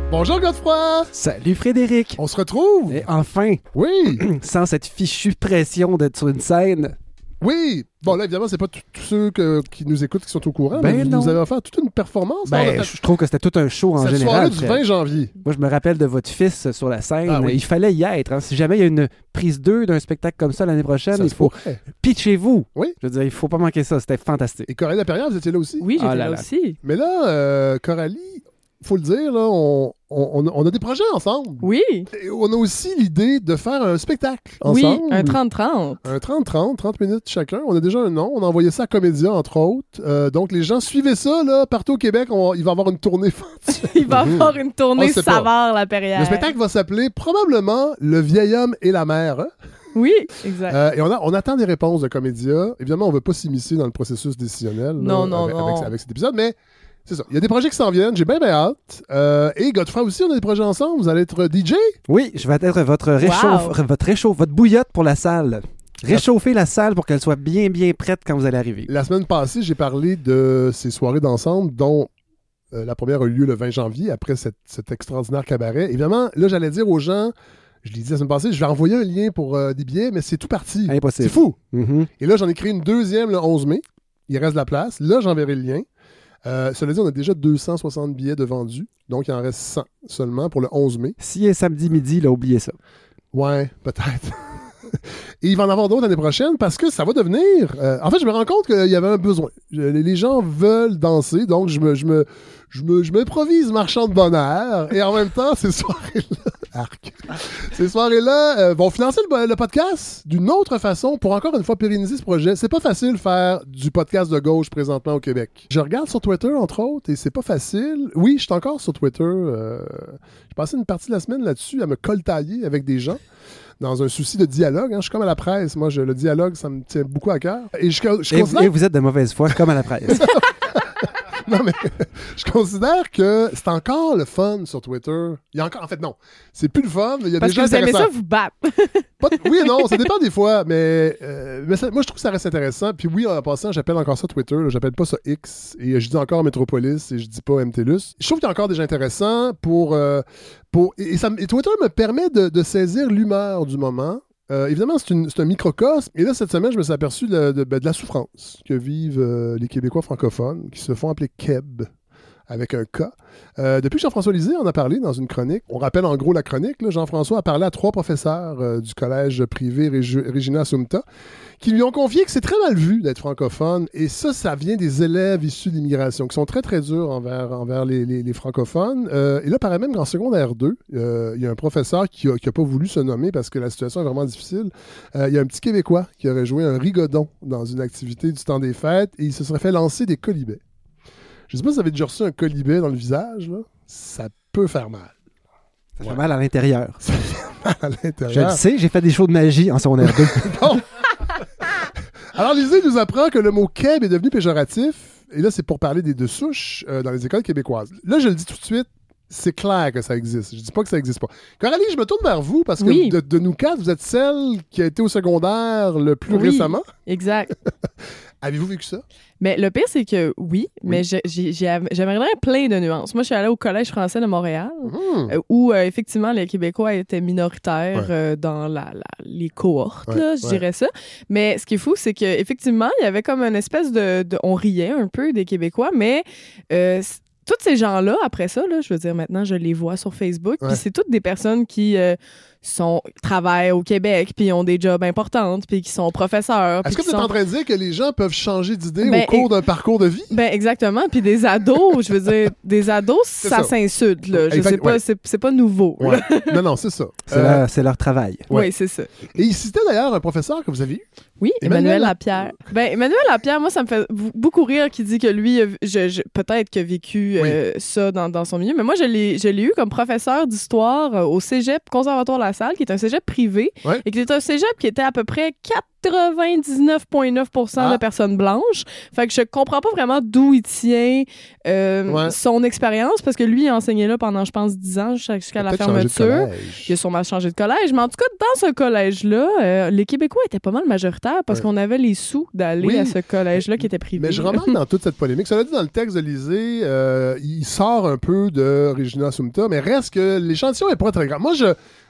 Bonjour Godefroy! Salut Frédéric! On se retrouve! Et enfin! Oui! Sans cette fichue pression d'être sur une scène. Oui! Bon, là, évidemment, c'est pas tous ceux qui nous écoutent qui sont au courant, mais vous non. nous avez offert toute une performance. Je trouve que c'était tout un show en cette général. Cette soirée du 20 janvier. Moi, je me rappelle de votre fils sur la scène. Ah oui. Il fallait y être. Hein. Si jamais il y a une prise 2 d'un spectacle comme ça l'année prochaine, Ça il faut pitchez-vous. Oui. Je veux dire, il faut pas manquer ça. C'était fantastique. Et Coralie Laperrière, vous étiez là aussi? Oui, j'étais là aussi. Mais là, Coralie, faut le dire, là, on a des projets ensemble. Oui. Et on a aussi l'idée de faire un spectacle ensemble. Oui, un 30-30. Un 30-30, 30 minutes chacun. On a déjà un nom. On a envoyé ça à Comédia, entre autres. Donc, les gens, suivez ça, là. Partout au Québec, il va y avoir une tournée. Il va y avoir une tournée saveur Laperrière. Le spectacle va s'appeler probablement Le vieil homme et la mère. Oui, exact. Et on attend des réponses de Comédia. Évidemment, on ne veut pas s'immiscer dans le processus décisionnel avec cet épisode, mais c'est ça. Il y a des projets qui s'en viennent. J'ai bien hâte. Et Godefroy aussi, on a des projets ensemble. Vous allez être DJ? Oui, je vais être votre bouillotte pour la salle. Réchauffer la salle pour qu'elle soit bien, bien prête quand vous allez arriver. La semaine passée, j'ai parlé de ces soirées d'ensemble dont la première a eu lieu le 20 janvier après cet extraordinaire cabaret. Évidemment, là, j'allais dire aux gens, je l'ai dit la semaine passée, je vais envoyer un lien pour des billets, mais c'est tout parti. Impossible. C'est fou. Mm-hmm. Et là, j'en ai créé une deuxième le 11 mai. Il reste de la place. Là, j'enverrai le lien. Cela dit, on a déjà 260 billets de vendus. Donc, il en reste 100 seulement pour le 11 mai. Si est samedi midi, là, oubliez ça. Ouais, peut-être. Et il va en avoir d'autres l'année prochaine parce que ça va devenir... en fait, je me rends compte qu'il y avait un besoin. Les gens veulent danser, donc je m'improvise marchand de bonheur. Et en même temps, ces soirées-là vont financer le podcast d'une autre façon pour encore une fois pérenniser ce projet. C'est pas facile de faire du podcast de gauche présentement au Québec. Je regarde sur Twitter, entre autres, et c'est pas facile. Oui, je suis encore sur Twitter. J'ai passé une partie de la semaine là-dessus à me coltailler avec des gens. Dans un souci de dialogue. Hein. Je suis comme à la presse. Moi, le dialogue, ça me tient beaucoup à cœur. Et vous êtes de mauvaise foi, comme à la presse. Non, mais je considère que c'est encore le fun sur Twitter. Il y a encore... En fait, non. C'est plus le fun, mais il y a parce des gens que vous aimez intéressants. ça vous battre. Oui et non, ça dépend des fois, mais moi, je trouve que ça reste intéressant. Puis oui, en passant, j'appelle encore ça Twitter. Là, j'appelle pas ça X. Et je dis encore Métropolis et je dis pas MTLUS. Je trouve qu'il y a encore des gens intéressants et Twitter me permet de saisir l'humeur du moment. Évidemment, c'est un microcosme. Et là, cette semaine, je me suis aperçu de la souffrance que vivent les Québécois francophones qui se font appeler KEB avec un K. Depuis que Jean-François Lisée en a parlé dans une chronique, on rappelle en gros la chronique, là, Jean-François a parlé à 3 professeurs du collège privé Regina Assumpta qui lui ont confié que c'est très mal vu d'être francophone. Et ça vient des élèves issus de l'immigration qui sont très, très durs envers les francophones. Et là, paraît même qu'en secondaire 2, il y a un professeur qui n'a pas voulu se nommer parce que la situation est vraiment difficile. Il y a un petit Québécois qui aurait joué un rigodon dans une activité du temps des fêtes et il se serait fait lancer des colibets. Je sais pas si vous avez déjà reçu un colibet dans le visage, là. Ça peut faire mal. Ça fait mal à l'intérieur. Ça fait mal à l'intérieur. Je le sais, j'ai fait des shows de magie en secondaire 2. Bon. Alors, Lisée nous apprend que le mot « keb » est devenu péjoratif. Et là, c'est pour parler des deux souches dans les écoles québécoises. Là, je le dis tout de suite, c'est clair que ça existe. Je dis pas que ça existe pas. Coralie, je me tourne vers vous parce que de nous 4, vous êtes celle qui a été au secondaire le plus récemment. Exact. Avez-vous vécu ça? Mais le pire, c'est que oui. Mais j'aimerais plein de nuances. Moi, je suis allée au Collège français de Montréal, où effectivement, les Québécois étaient minoritaires dans les cohortes, je dirais ça. Mais ce qui est fou, c'est qu'effectivement, il y avait comme une espèce on riait un peu des Québécois, mais tous ces gens-là, après ça, là, je veux dire, maintenant, je les vois sur Facebook, puis c'est toutes des personnes qui travaillent au Québec, puis ont des jobs importants, puis qui sont professeurs. Est-ce que vous êtes en train de dire que les gens peuvent changer d'idée au cours d'un parcours de vie? Ben exactement. Puis des ados, je veux dire, des ados, ça s'insulte, là. Je sais pas, c'est pas nouveau. Ouais. Non, c'est ça. C'est leur travail. Oui, c'est ça. Et il citait d'ailleurs un professeur que vous avez eu. Oui, Emmanuel Lapierre. Ben, Emmanuel Lapierre, moi, ça me fait beaucoup rire qu'il dit que lui, peut-être qu'il a vécu ça dans son milieu, mais moi, je l'ai eu comme professeur d'histoire au Cégep Conservatoire La Salle, qui est un cégep privé, et qui est un cégep qui était à peu près 99,9% de personnes blanches. Fait que je comprends pas vraiment d'où il tient son expérience, parce que lui, il a enseigné là pendant, je pense, 10 ans jusqu'à la fermeture. Il a sûrement changé de collège. Mais en tout cas, dans ce collège-là, les Québécois étaient pas mal majoritaires parce qu'on avait les sous d'aller à ce collège-là qui était privé. Mais je remarque dans toute cette polémique, ça l'a dit dans le texte de Lisée, il sort un peu de Regina Assumpta, mais reste que l'échantillon est pas très grand. Moi,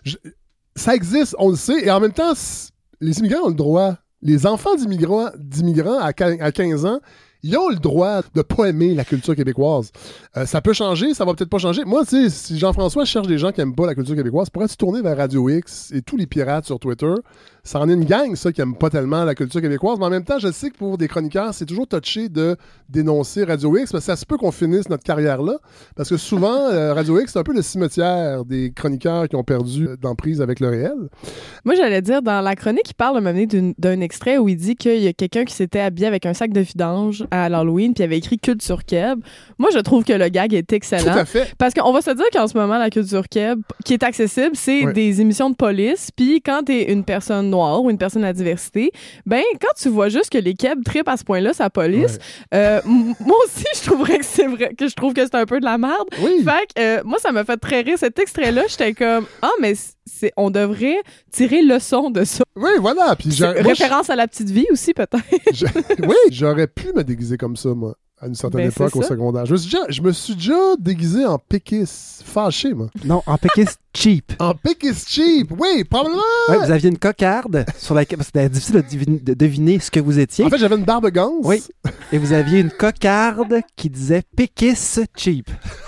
ça existe, on le sait, et en même temps, les immigrants ont le droit. Les enfants d'immigrants à 15 ans, ils ont le droit de pas aimer la culture québécoise. Ça peut changer, ça va peut-être pas changer. Moi, tu sais, si Jean-François cherche des gens qui aiment pas la culture québécoise, pourrait se tourner vers Radio X et tous les pirates sur Twitter. Ça en est une gang, ça, qui aime pas tellement la culture québécoise. Mais en même temps, je sais que pour des chroniqueurs, c'est toujours touché de dénoncer Radio X, parce que ça se peut qu'on finisse notre carrière là. Parce que souvent, Radio X, c'est un peu le cimetière des chroniqueurs qui ont perdu d'emprise avec le réel. Moi, j'allais dire, dans la chronique, il parle d'un extrait où il dit qu'il y a quelqu'un qui s'était habillé avec un sac de vidange à l'Halloween, puis il avait écrit Culture Keb. Moi, je trouve que le gag est excellent. Tout à fait. Parce qu'on va se dire qu'en ce moment, la Culture Keb, qui est accessible, c'est des émissions de police. Puis quand t'es une personne noire ou une personne à la diversité, ben quand tu vois juste que les Keb trippent à ce point-là sa police, moi aussi, je trouverais que c'est vrai, que je trouve que c'est un peu de la merde. Oui. Fait que moi, ça m'a fait très rire. Cet extrait-là, j'étais comme, mais on devrait tirer leçon de ça. Oui, voilà. Puis référence à La Petite Vie aussi, peut-être. Oui, j'aurais pu me déguiser comme ça, moi, à une certaine époque au secondaire. Je me suis déjà déguisé en péquiste. Fâché, moi. Non, en péquiste cheap. En péquiste cheap, oui, probablement. Ouais, vous aviez une cocarde sur laquelle c'était difficile de deviner ce que vous étiez. En fait, j'avais une barbe ganse. Oui. Et vous aviez une cocarde qui disait péquiste cheap.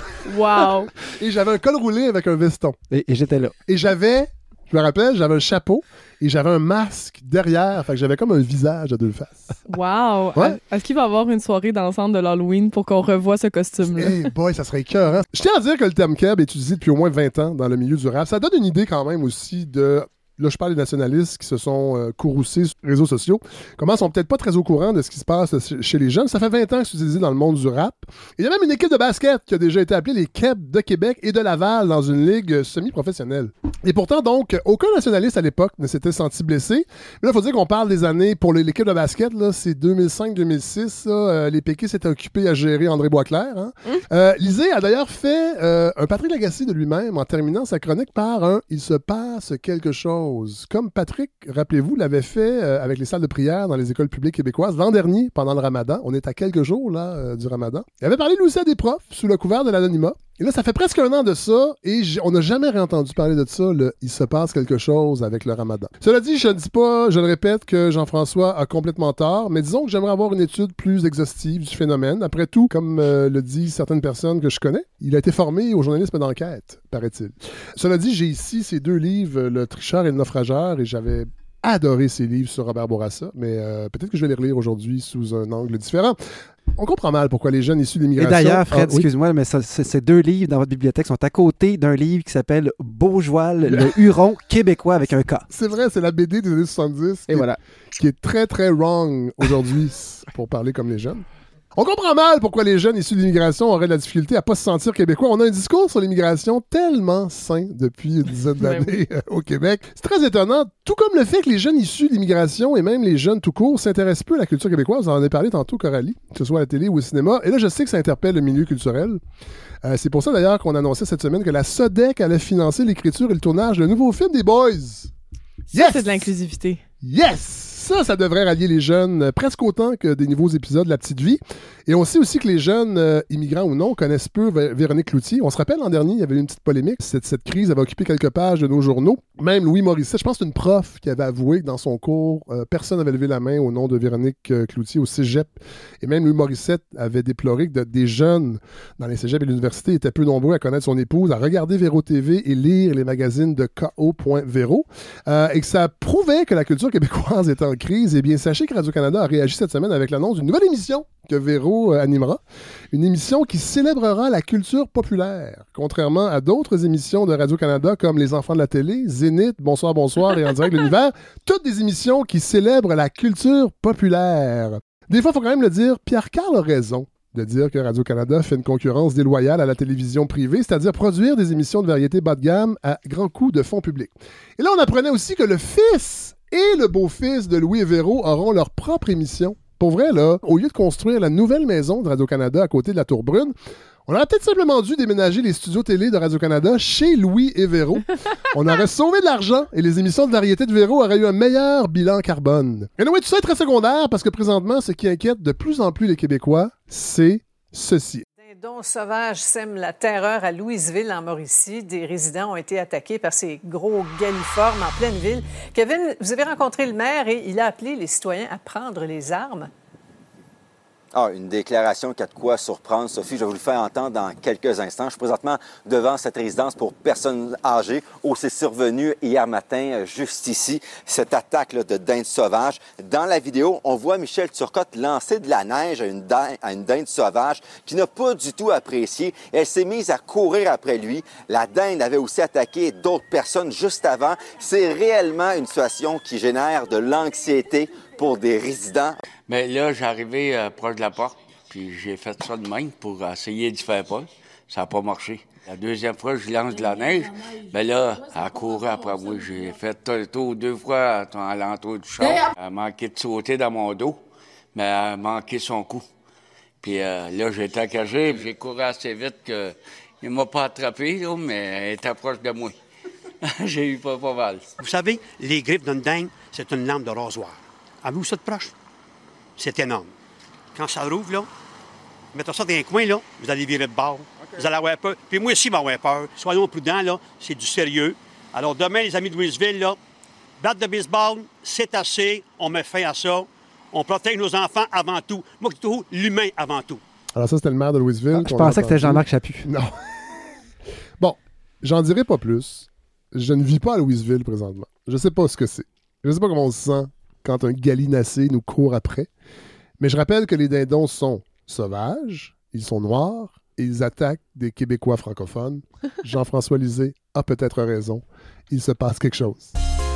Wow. Et j'avais un col roulé avec un veston. Et j'étais là. Et je me rappelle, j'avais un chapeau et j'avais un masque derrière. Fait que j'avais comme un visage à deux faces. Wow! Ouais. Est-ce qu'il va y avoir une soirée dansante de l'Halloween pour qu'on revoie ce costume-là? Hey boy, ça serait écœurant. Je tiens à dire que le terme Keb est utilisé depuis au moins 20 ans dans le milieu du rap. Ça donne une idée quand même aussi de... Là, je parle des nationalistes qui se sont courroucés sur les réseaux sociaux. Comment ils sont peut-être pas très au courant de ce qui se passe chez les jeunes. Ça fait 20 ans que c'est utilisé dans le monde du rap. Il y a même une équipe de basket qui a déjà été appelée les Keb de Québec et de Laval dans une ligue semi-professionnelle. Et pourtant, donc, aucun nationaliste à l'époque ne s'était senti blessé. Mais là, il faut dire qu'on parle des années, pour l'équipe de basket, là, c'est 2005-2006. Les péquistes s'étaient occupés à gérer André Boisclair. Hein. Lisée a d'ailleurs fait un Patrick Lagacé de lui-même en terminant sa chronique par un « Il se passe quelque chose ». Comme Patrick, rappelez-vous, l'avait fait avec les salles de prière dans les écoles publiques québécoises l'an dernier, pendant le Ramadan. On est à quelques jours là, du Ramadan. Il avait parlé lui aussi à des profs, sous le couvert de l'anonymat. Et là, ça fait presque 1 an de ça, et on n'a jamais réentendu parler de ça, il se passe quelque chose avec le Ramadan. Cela dit, je ne dis pas, je le répète, que Jean-François a complètement tort, mais disons que j'aimerais avoir une étude plus exhaustive du phénomène. Après tout, comme le disent certaines personnes que je connais, il a été formé au journalisme d'enquête, paraît-il. Cela dit, j'ai ici ces 2 livres, Le Tricheur et le Naufrageur, et j'avais adoré ces livres sur Robert Bourassa, mais peut-être que je vais les relire aujourd'hui sous un angle différent. On comprend mal pourquoi les jeunes issus de l'immigration... Et d'ailleurs, Fred, excuse-moi, mais ces 2 livres dans votre bibliothèque sont à côté d'un livre qui s'appelle Beaujoal, le Huron québécois avec un K. C'est vrai, c'est la BD des années 70. Et voilà. Qui est très, très wrong aujourd'hui, pour parler comme les jeunes. On comprend mal pourquoi les jeunes issus de l'immigration auraient de la difficulté à pas se sentir québécois. On a un discours sur l'immigration tellement sain depuis une dizaine d'années au Québec. C'est très étonnant, tout comme le fait que les jeunes issus de l'immigration et même les jeunes tout court s'intéressent peu à la culture québécoise. On en a parlé tantôt, Coralie, que ce soit à la télé ou au cinéma. Et là, je sais que ça interpelle le milieu culturel. C'est pour ça d'ailleurs qu'on annonçait cette semaine que la SODEC allait financer l'écriture et le tournage d'un nouveau film des Boys. Ça, c'est de l'inclusivité. Yes! Ça devrait rallier les jeunes presque autant que des nouveaux épisodes de La Petite Vie. Et on sait aussi que les jeunes, immigrants ou non, connaissent peu Véronique Cloutier. On se rappelle, l'an dernier, il y avait eu une petite polémique. Cette crise avait occupé quelques pages de nos journaux. Même Louis Morissette, je pense que c'est une prof qui avait avoué que dans son cours, personne n'avait levé la main au nom de Véronique Cloutier au cégep. Et même Louis Morissette avait déploré que des jeunes dans les cégeps et l'université étaient peu nombreux à connaître son épouse, à regarder Véro TV et lire les magazines de ko.véro. Et que ça prouvait que la culture québécoise était en crise. Eh bien, sachez que Radio-Canada a réagi cette semaine avec l'annonce d'une nouvelle émission que Véro animera. Une émission qui célébrera la culture populaire. Contrairement à d'autres émissions de Radio-Canada comme Les Enfants de la télé, Zénith, Bonsoir, Bonsoir et En direct de l'univers, toutes des émissions qui célèbrent la culture populaire. Des fois, il faut quand même le dire, Pierre-Carl a raison de dire que Radio-Canada fait une concurrence déloyale à la télévision privée, c'est-à-dire produire des émissions de variété bas de gamme à grands coûts de fonds publics. Et là, on apprenait aussi que le fils et le beau-fils de Louis et Véro auront leur propre émission. Pour vrai, là, au lieu de construire la nouvelle maison de Radio-Canada à côté de la Tour Brune, on aurait peut-être simplement dû déménager les studios télé de Radio-Canada chez Louis et Véro. On aurait sauvé de l'argent et les émissions de variété de Véro auraient eu un meilleur bilan carbone. Et anyway, tout ça est très secondaire parce que présentement, ce qui inquiète de plus en plus les Québécois, c'est ceci. Dindons sauvages sèment la terreur à Louisville, en Mauricie. Des résidents ont été attaqués par ces gros galliformes en pleine ville. Kevin, vous avez rencontré le maire et il a appelé les citoyens à prendre les armes. Ah, une déclaration qui a de quoi surprendre, Sophie. Je vais vous le faire entendre dans quelques instants. Je suis présentement devant cette résidence pour personnes âgées où c'est survenu hier matin, juste ici, cette attaque là, de dinde sauvage. Dans la vidéo, on voit Michel Turcotte lancer de la neige à une dinde sauvage qui n'a pas du tout apprécié. Elle s'est mise à courir après lui. La dinde avait aussi attaqué d'autres personnes juste avant. C'est réellement une situation qui génère de l'anxiété pour des résidents. Mais là, j'arrivais proche de la porte, puis j'ai fait ça de même pour essayer de faire peur. Ça n'a pas marché. La deuxième fois, je lance de la neige. Mais là, elle a couru après moi. J'ai fait le tour 2 fois à l'entour du char. Elle a manqué de sauter dans mon dos, mais elle a manqué son coup. Puis là, j'ai été cagé. J'ai couru assez vite qu'il ne m'a pas attrapé, là, mais elle était proche de moi. J'ai eu pas mal. Vous savez, les griffes d'une dingue, c'est une lampe de rasoir. Avez-vous ça de proche? C'est énorme. Quand ça rouvre, là, mettez ça dans un coin, là, vous allez virer de bord. Okay. Vous allez avoir peur. Puis moi aussi, je vais avoir peur. Soyons prudents, là, c'est du sérieux. Alors demain, les amis de Louisville, là, batte de baseball, c'est assez, on met fin à ça. On protège nos enfants avant tout. Moi, tout, l'humain avant tout. Alors ça, c'était le maire de Louisville. Je pensais que c'était Jean-Marc Chaput. Non. Bon, j'en dirai pas plus. Je ne vis pas à Louisville présentement. Je sais pas ce que c'est. Je sais pas comment on se sent quand un gallinacé nous court après. Mais je rappelle que les dindons sont sauvages, ils sont noirs et ils attaquent des Québécois francophones. Jean-François Lisée a peut-être raison. Il se passe quelque chose.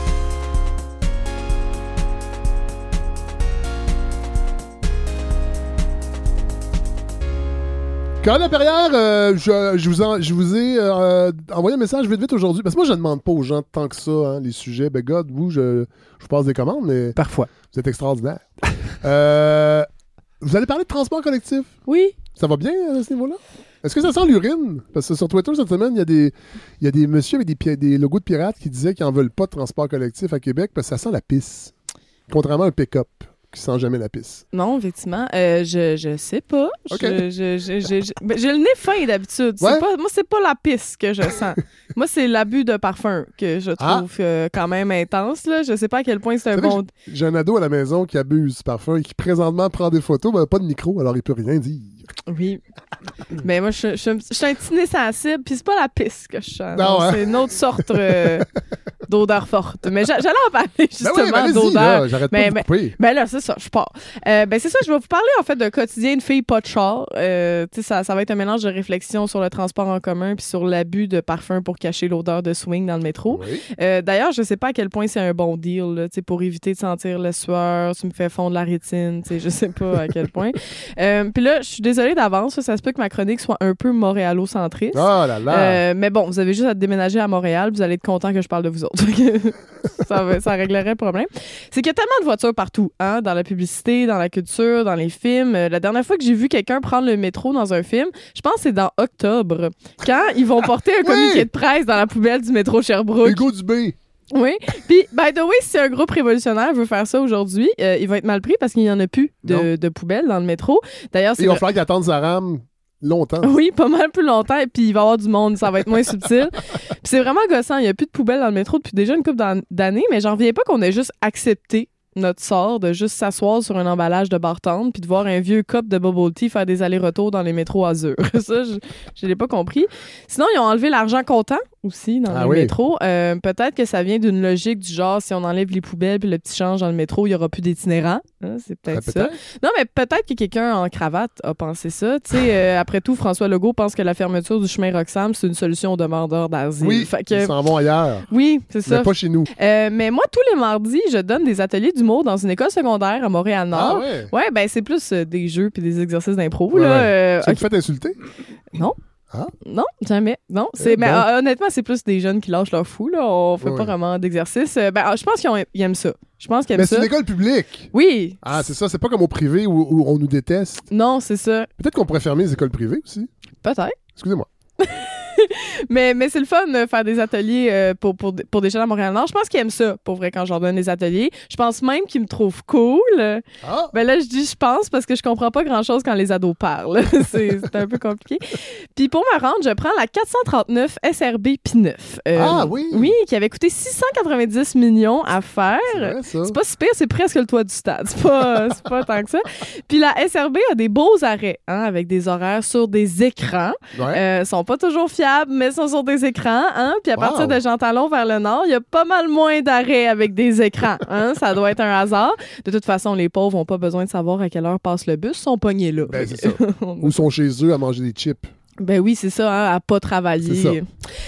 Caroline Laperrière, je vous ai envoyé un message vite aujourd'hui. Parce que moi, je ne demande pas aux gens tant que ça, hein, les sujets. Ben, God, vous, je vous passe des commandes, mais. Parfois. Vous êtes extraordinaire. Vous allez parler de transport collectif? Oui. Ça va bien à ce niveau-là? Est-ce que ça sent l'urine? Parce que sur Twitter, cette semaine, il y a des messieurs avec des logos de pirates qui disaient qu'ils n'en veulent pas de transport collectif à Québec parce que ça sent la pisse. Contrairement à un pick-up qui sent jamais la pisse. Non, effectivement. Je sais pas. Okay. J'ai le nez fin d'habitude. Ouais? Moi, c'est pas la pisse que je sens. Moi, c'est l'abus de parfum que je trouve quand même intense. Là. Je sais pas à quel point c'est un bon... J'ai un ado à la maison qui abuse du parfum et qui présentement prend des photos, mais pas de micro, alors il peut rien dire. Oui. Mais moi, je suis un petit nez sensible, puis c'est pas la pisse que je sens. Non, hein? C'est une autre sorte d'odeur forte. Mais j'allais en parler justement d'odeur. Là, j'arrête pas de vous couper. Ben là, c'est ça, je pars. C'est ça, je vais vous parler en fait de quotidien de filles pas de char. Ça va être un mélange de réflexion sur le transport en commun puis sur l'abus de parfum pour cacher l'odeur de swing dans le métro. Oui. D'ailleurs, je sais pas à quel point c'est un bon deal là, pour éviter de sentir le sueur, tu me fais fondre la rétine, je sais pas à quel point. Puis là, je suis désolée d'avance, ça se peut que ma chronique soit un peu montréalo-centriste. Oh là là! Mais bon, vous avez juste à déménager à Montréal, vous allez être content que je parle de vous autres. ça réglerait le problème. C'est qu'il y a tellement de voitures partout, hein, dans la publicité, dans la culture, dans les films. La dernière fois que j'ai vu quelqu'un prendre le métro dans un film, je pense que c'est dans Octobre, quand ils vont porter un communiqué de presse dans la poubelle du métro Sherbrooke. Hugo Dubé! Oui. Puis, by the way, si un groupe révolutionnaire veut faire ça aujourd'hui, il va être mal pris parce qu'il n'y en a plus de poubelles dans le métro. D'ailleurs, il va falloir qu'il attende sa rame longtemps. Oui, pas mal plus longtemps. Et puis, il va y avoir du monde. Ça va être moins subtil. Puis, c'est vraiment gossant. Il n'y a plus de poubelles dans le métro depuis déjà une couple d'années, mais j'en reviens pas qu'on ait juste accepté notre sort de juste s'asseoir sur un emballage de bartende puis de voir un vieux cop de bubble tea faire des allers-retours dans les métros azur. Ça, je l'ai pas compris. Sinon, ils ont enlevé l'argent comptant aussi dans le métro. Peut-être que ça vient d'une logique du genre, si on enlève les poubelles puis le petit change dans le métro, il y aura plus d'itinérants. Hein, c'est peut-être ça. Non, mais peut-être que quelqu'un en cravate a pensé ça. Tu sais, après tout, François Legault pense que la fermeture du chemin Roxham, c'est une solution aux demandeurs d'asile. Oui, ils s'en vont ailleurs. Oui, c'est ça. Mais pas chez nous. Mais moi, tous les mardis, je donne des ateliers d'humour dans une école secondaire à Montréal-Nord. Ah ouais? Ouais, ben c'est plus des jeux puis des exercices d'impro. Ouais, là. Tu te fais insulter? Non. Ah? Non, jamais. Non, mais honnêtement, c'est plus des jeunes qui lâchent leur fou. Là. On fait pas vraiment d'exercice. Je pense qu'ils aiment ça. Je pense qu'ils aiment ça. Mais c'est une école publique. Oui. Ah, c'est ça. C'est pas comme au privé où on nous déteste. Non, c'est ça. Peut-être qu'on pourrait fermer les écoles privées aussi. Peut-être. Excusez-moi. mais c'est le fun de faire des ateliers pour des jeunes à Montréal-Nord. Je pense qu'ils aiment ça, pour vrai, quand je leur donne des ateliers. Je pense même qu'ils me trouvent cool. Ah. Ben là, je dis je pense parce que je comprends pas grand-chose quand les ados parlent. c'est un peu compliqué. Puis pour me rendre, je prends la 439 SRB P9. Oui? Oui, qui avait coûté 690 millions à faire. C'est vrai, ça. C'est pas si pire, c'est presque le toit du stade. C'est pas tant que ça. Puis la SRB a des beaux arrêts, avec des horaires sur des écrans. Ouais. Sont pas toujours fiables, mais sont sur des écrans. Puis à partir de Jean Talon vers le nord, il y a pas mal moins d'arrêts avec des écrans. Ça doit être un hasard. De toute façon, les pauvres n'ont pas besoin de savoir à quelle heure passe le bus. Ils sont pognés là. Ben, c'est ça. Ou sont chez eux à manger des chips. Ben oui, c'est ça, à pas travailler.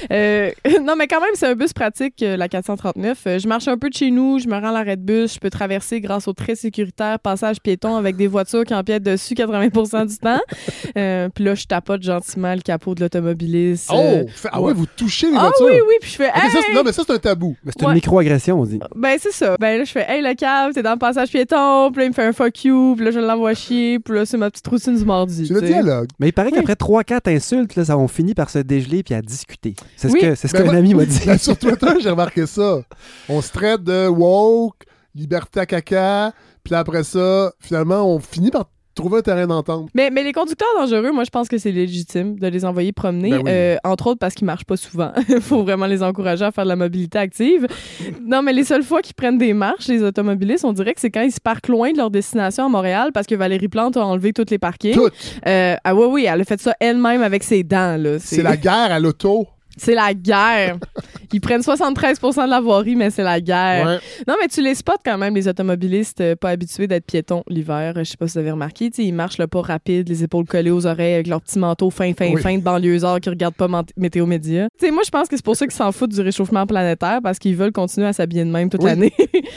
Non, mais quand même, c'est un bus pratique, la 439. Je marche un peu de chez nous, je me rends à l'arrêt de bus, je peux traverser grâce au très sécuritaire passage piéton avec des voitures qui empiètent dessus 80% du temps. Puis là, je tapote gentiment le capot de l'automobiliste. Oui, vous touchez les voitures? Oui, puis je fais non, mais ça, c'est un tabou. Mais c'est une microagression, on dit. Ben, c'est ça. Ben là, je fais hey, le cave, t'es dans le passage piéton. Puis là, il me fait un fuck you. Puis là, je l'envoie chier. Puis là, c'est ma petite routine du mardi. C'est le dialogue. Mais il paraît qu'après 3-4 insultes, là, ça on finit par se dégeler puis à discuter. C'est ce Ben qu'un ami m'a dit. Sur Twitter, j'ai remarqué ça. On se traite de woke, liberté à caca, puis après ça, finalement, on finit par trouver un terrain d'entente. Mais les conducteurs dangereux, moi, je pense que c'est légitime de les envoyer promener, entre autres parce qu'ils marchent pas souvent. Il faut vraiment les encourager à faire de la mobilité active. Non, mais les seules fois qu'ils prennent des marches, les automobilistes, on dirait que c'est quand ils se parquent loin de leur destination à Montréal parce que Valérie Plante a enlevé toutes les parkings. Toutes! Oui, elle a fait ça elle-même avec ses dents. Là. C'est la guerre à l'auto. C'est la guerre. Ils prennent 73% de la voirie, mais c'est la guerre. Ouais. Non, mais tu les spots quand même, les automobilistes pas habitués d'être piétons l'hiver. Je sais pas si vous avez remarqué. Ils marchent le pas rapide, les épaules collées aux oreilles avec leur petit manteau fin de banlieusards qui regardent pas Météo Média. Moi, je pense que c'est pour ça qu'ils s'en foutent du réchauffement planétaire parce qu'ils veulent continuer à s'habiller de même toute l'année.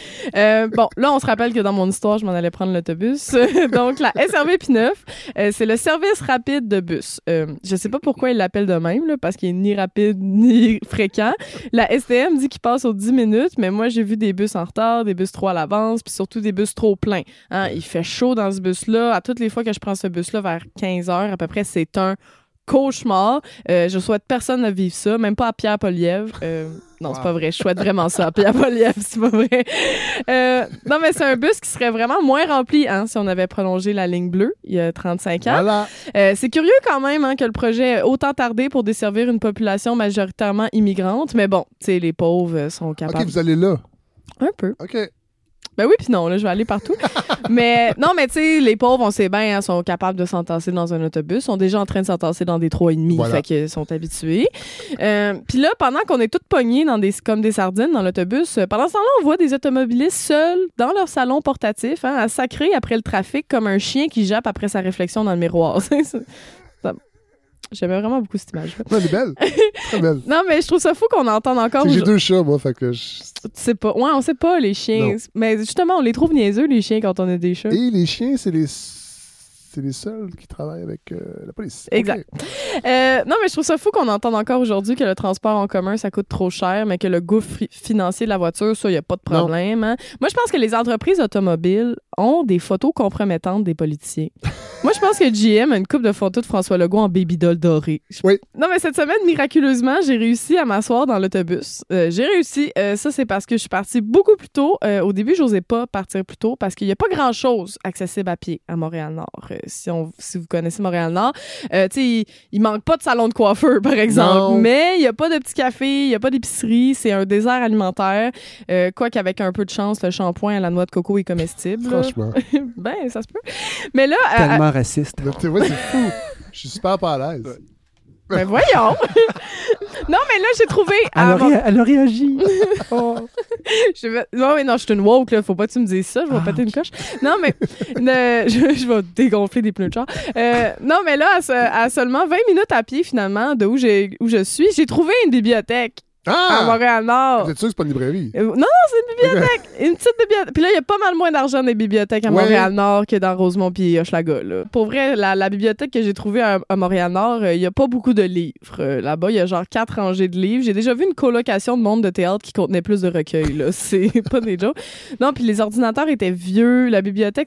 Bon, là, on se rappelle que dans mon histoire, je m'en allais prendre l'autobus. Donc, la SRB P9, c'est le service rapide de bus. Je sais pas pourquoi ils l'appellent de même, là, parce qu'il est ni rapide ni fréquent. La STM dit qu'il passe aux 10 minutes, mais moi, j'ai vu des bus en retard, des bus trop à l'avance, puis surtout des bus trop pleins. Il fait chaud dans ce bus-là. À toutes les fois que je prends ce bus-là vers 15h, à peu près, c'est un cauchemar. Je souhaite personne à vivre ça, même pas à Pierre Poilievre. Non, c'est pas vrai. Je souhaite vraiment ça à Pierre Poilievre, c'est pas vrai. Non, mais c'est un bus qui serait vraiment moins rempli si on avait prolongé la ligne bleue il y a 35 ans. Voilà. C'est curieux quand même que le projet ait autant tardé pour desservir une population majoritairement immigrante, mais bon, tu sais, les pauvres sont capables. OK, vous allez là. Un peu. OK. Ben oui, puis non, là, je vais aller partout. Mais non, mais tu sais, les pauvres, on sait bien, sont capables de s'entasser dans un autobus, sont déjà en train de s'entasser dans des 3,5, fait qu'ils sont habitués. Puis là, pendant qu'on est toutes pognées comme des sardines dans l'autobus, pendant ce temps-là, on voit des automobilistes seuls dans leur salon portatif, à sacrer après le trafic comme un chien qui jappe après sa réflexion dans le miroir. J'aimais vraiment beaucoup cette image. Ouais, elle est belle. Très belle. Non, mais je trouve ça fou qu'on entende encore. J'ai 2 chats, moi, fait que Tu sais pas. Ouais, on sait pas, les chiens. Non. Mais justement, on les trouve niaiseux, les chiens, quand on a des chats. Et les chiens, c'est les seuls qui travaillent avec la police. Exact. Okay. Non, mais je trouve ça fou qu'on entende encore aujourd'hui que le transport en commun, ça coûte trop cher, mais que le gouffre financier de la voiture, ça, il n'y a pas de problème. Moi, je pense que les entreprises automobiles ont des photos compromettantes des politiciens. Moi, je pense que GM a une couple de photos de François Legault en baby-doll doré. Oui. Non, mais cette semaine, miraculeusement, j'ai réussi à m'asseoir dans l'autobus. J'ai réussi. Ça, c'est parce que je suis partie beaucoup plus tôt. Au début, j'osais pas partir plus tôt parce qu'il n'y a pas grand-chose accessible à pied à Montréal-Nord. Si vous connaissez Montréal-Nord, tu sais, il manque pas de salon de coiffeur, par exemple. Non. Mais il n'y a pas de petit café, il n'y a pas d'épicerie. C'est un désert alimentaire. Quoi qu'avec un peu de chance, le shampoing à la noix de coco est comestible. Franchement. Ben, ça se peut. Mais là... Tellement raciste. Tu vois, c'est fou. Je suis super pas à l'aise. Mais voyons! Non, mais là, j'ai trouvé... Elle a réagi. Oh. Non, mais non, je suis une woke, là. Faut pas que tu me dises ça. Je vais péter une coche. Non, mais je vais dégonfler des pneus de char. Non, mais là, à seulement 20 minutes à pied, finalement, de où je suis, j'ai trouvé une bibliothèque. À Montréal-Nord. T'es sûr que c'est pas une librairie? Non, c'est une bibliothèque. Une petite bibliothèque. Puis là, il y a pas mal moins d'argent dans les bibliothèques à Montréal-Nord que dans Rosemont puis Hochelaga. Là. Pour vrai, la bibliothèque que j'ai trouvée à Montréal-Nord, il y a pas beaucoup de livres. Là-bas, il y a genre 4 rangées de livres. J'ai déjà vu une colocation de monde de théâtre qui contenait plus de recueils. Là. C'est pas des jokes. Non, puis les ordinateurs étaient vieux. La bibliothécaire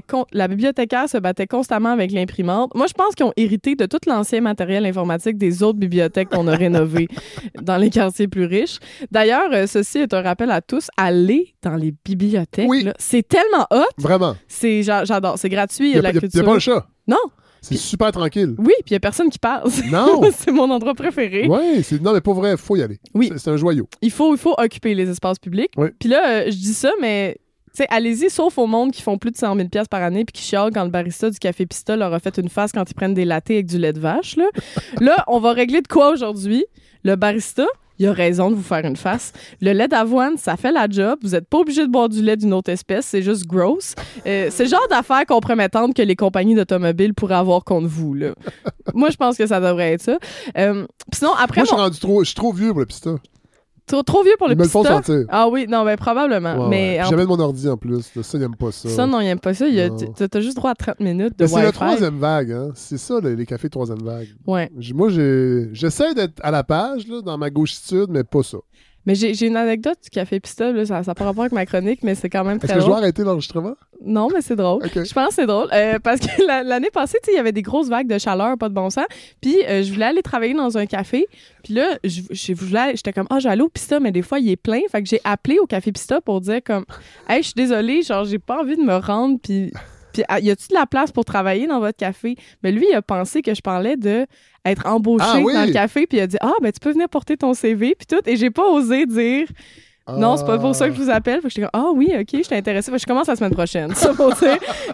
se battait constamment avec l'imprimante. Moi, je pense qu'ils ont hérité de tout l'ancien matériel informatique des autres bibliothèques qu'on a rénovées dans les quartiers plus riches. D'ailleurs, ceci est un rappel à tous. Allez dans les bibliothèques. Oui. Là. C'est tellement hot. Vraiment. J'adore. C'est gratuit. Il y a de la culture. Il n'y a pas le chat. Non. C'est super tranquille. Oui, puis il n'y a personne qui passe. Non. C'est mon endroit préféré. Oui, non, mais pour vrai, il faut y aller. Oui. C'est un joyau. Il faut occuper les espaces publics. Oui. Puis là, je dis ça, mais... T'sais, allez-y, sauf au monde qui font plus de 100 000 $ par année puis qui chialent quand le barista du Café Pista leur a fait une face quand ils prennent des lattés avec du lait de vache. Là, on va régler de quoi aujourd'hui? Le barista, il a raison de vous faire une face. Le lait d'avoine, ça fait la job. Vous n'êtes pas obligé de boire du lait d'une autre espèce. C'est juste gross. C'est le genre d'affaires compromettantes que les compagnies d'automobiles pourraient avoir contre vous. Là. Moi, je pense que ça devrait être ça. Sinon, après... Moi, je suis trop vieux pour le Pista. Trop vieux pour le Pista? Ils me le font sentir. Ah oui, non, ben probablement. Ouais, mais J'avais mon ordi en plus. Ça, il n'aime pas ça. Ça, non, il n'aime pas ça. T'as juste droit à 30 minutes de Wi-Fi. C'est la troisième vague. Hein? C'est ça, les cafés troisième vague. Ouais. Moi, j'essaie d'être à la page là, dans ma gauchitude, mais pas ça. Mais j'ai une anecdote du Café Pista. Là, ça n'a pas rapport avec ma chronique, mais c'est quand même très drôle. Est-ce que je dois arrêter l'enregistrement? Non, mais c'est drôle. Okay. Je pense que c'est drôle. Parce que l'année passée, il y avait des grosses vagues de chaleur, pas de bon sens. Puis je voulais aller travailler dans un café. Puis là, j'étais comme, je vais aller au Pista, mais des fois, il est plein. Fait que j'ai appelé au Café Pista pour dire comme, hey, je suis désolée, genre, j'ai pas envie de me rendre. Puis y a-tu de la place pour travailler dans votre café? Mais lui, il a pensé que je parlais de être embauché dans le café. Puis il a dit, ben tu peux venir porter ton CV. Puis tout. Et j'ai pas osé dire... Non, c'est pas pour ça que je vous appelle. Fait que j'étais comme, oui, OK, je t'ai intéressée. Fait que je commence la semaine prochaine. Ça pour dire.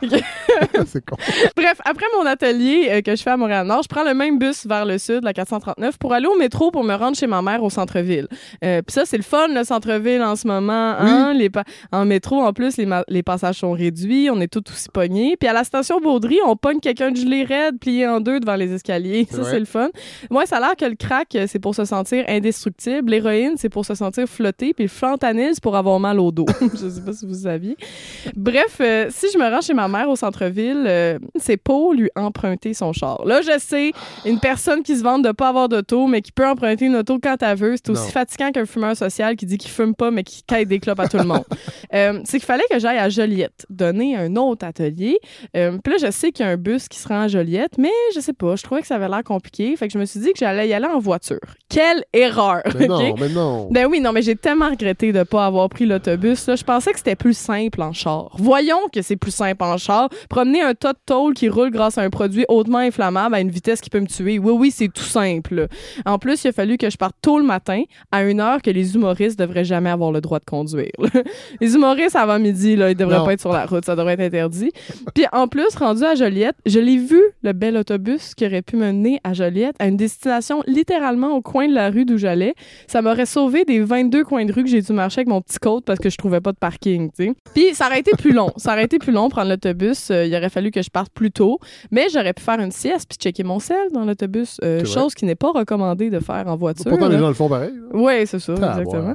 C'est con. Bref, après mon atelier que je fais à Montréal-Nord, je prends le même bus vers le sud, la 439, pour aller au métro pour me rendre chez ma mère au centre-ville. Puis ça, c'est le fun, le centre-ville en ce moment. Hein? En métro, en plus, les passages sont réduits. On est tous aussi pognés. Puis à la station Baudry, on pogne quelqu'un de gelé raide, plié en deux devant les escaliers. Ça, c'est le fun. Moi, ça a l'air que le crack, c'est pour se sentir indestructible. L'héroïne, c'est pour se sentir flotté. Puis le fentanyl, c'est pour avoir mal au dos. Je sais pas si vous saviez. Bref, si je me rends chez ma mère au centre-ville, c'est pour lui emprunter son char. Là, je sais, une personne qui se vante de pas avoir d'auto, mais qui peut emprunter une auto quand elle veut, c'est aussi fatigant qu'un fumeur social qui dit qu'il fume pas, mais qui caille des clopes à tout le monde. C'est qu'il fallait que j'aille à Joliette, donner un autre atelier. Puis là, je sais qu'il y a un bus qui se rend à Joliette, mais je sais pas, je trouvais que ça avait l'air compliqué. Fait que je me suis dit que j'allais y aller en voiture. Quelle erreur! Mais non. Ben oui, non, mais j'ai tellement regretté de ne pas avoir pris l'autobus. Là. Je pensais que c'était plus simple en char. Voyons que c'est plus simple en char. Promener un tas de tôle qui roule grâce à un produit hautement inflammable à une vitesse qui peut me tuer. Oui, c'est tout simple. En plus, il a fallu que je parte tôt le matin à une heure que les humoristes devraient jamais avoir le droit de conduire. Les humoristes avant midi, là, ils devraient pas être sur la route. Ça devrait être interdit. Puis en plus, rendu à Joliette, je l'ai vu, le bel autobus qui aurait pu me mener à Joliette, à une destination littéralement au coin de la rue d'où j'allais. Ça m'aurait sauvé des 22 coins de rue que j'ai dû marcher avec mon petit côte parce que je trouvais pas de parking, tu sais. Puis ça aurait été plus long. Prendre l'autobus. Il aurait fallu que je parte plus tôt. Mais j'aurais pu faire une sieste puis checker mon sel dans l'autobus. Chose qui n'est pas recommandée de faire en voiture. Pourtant, les gens le font pareil. Oui, c'est ça, exactement.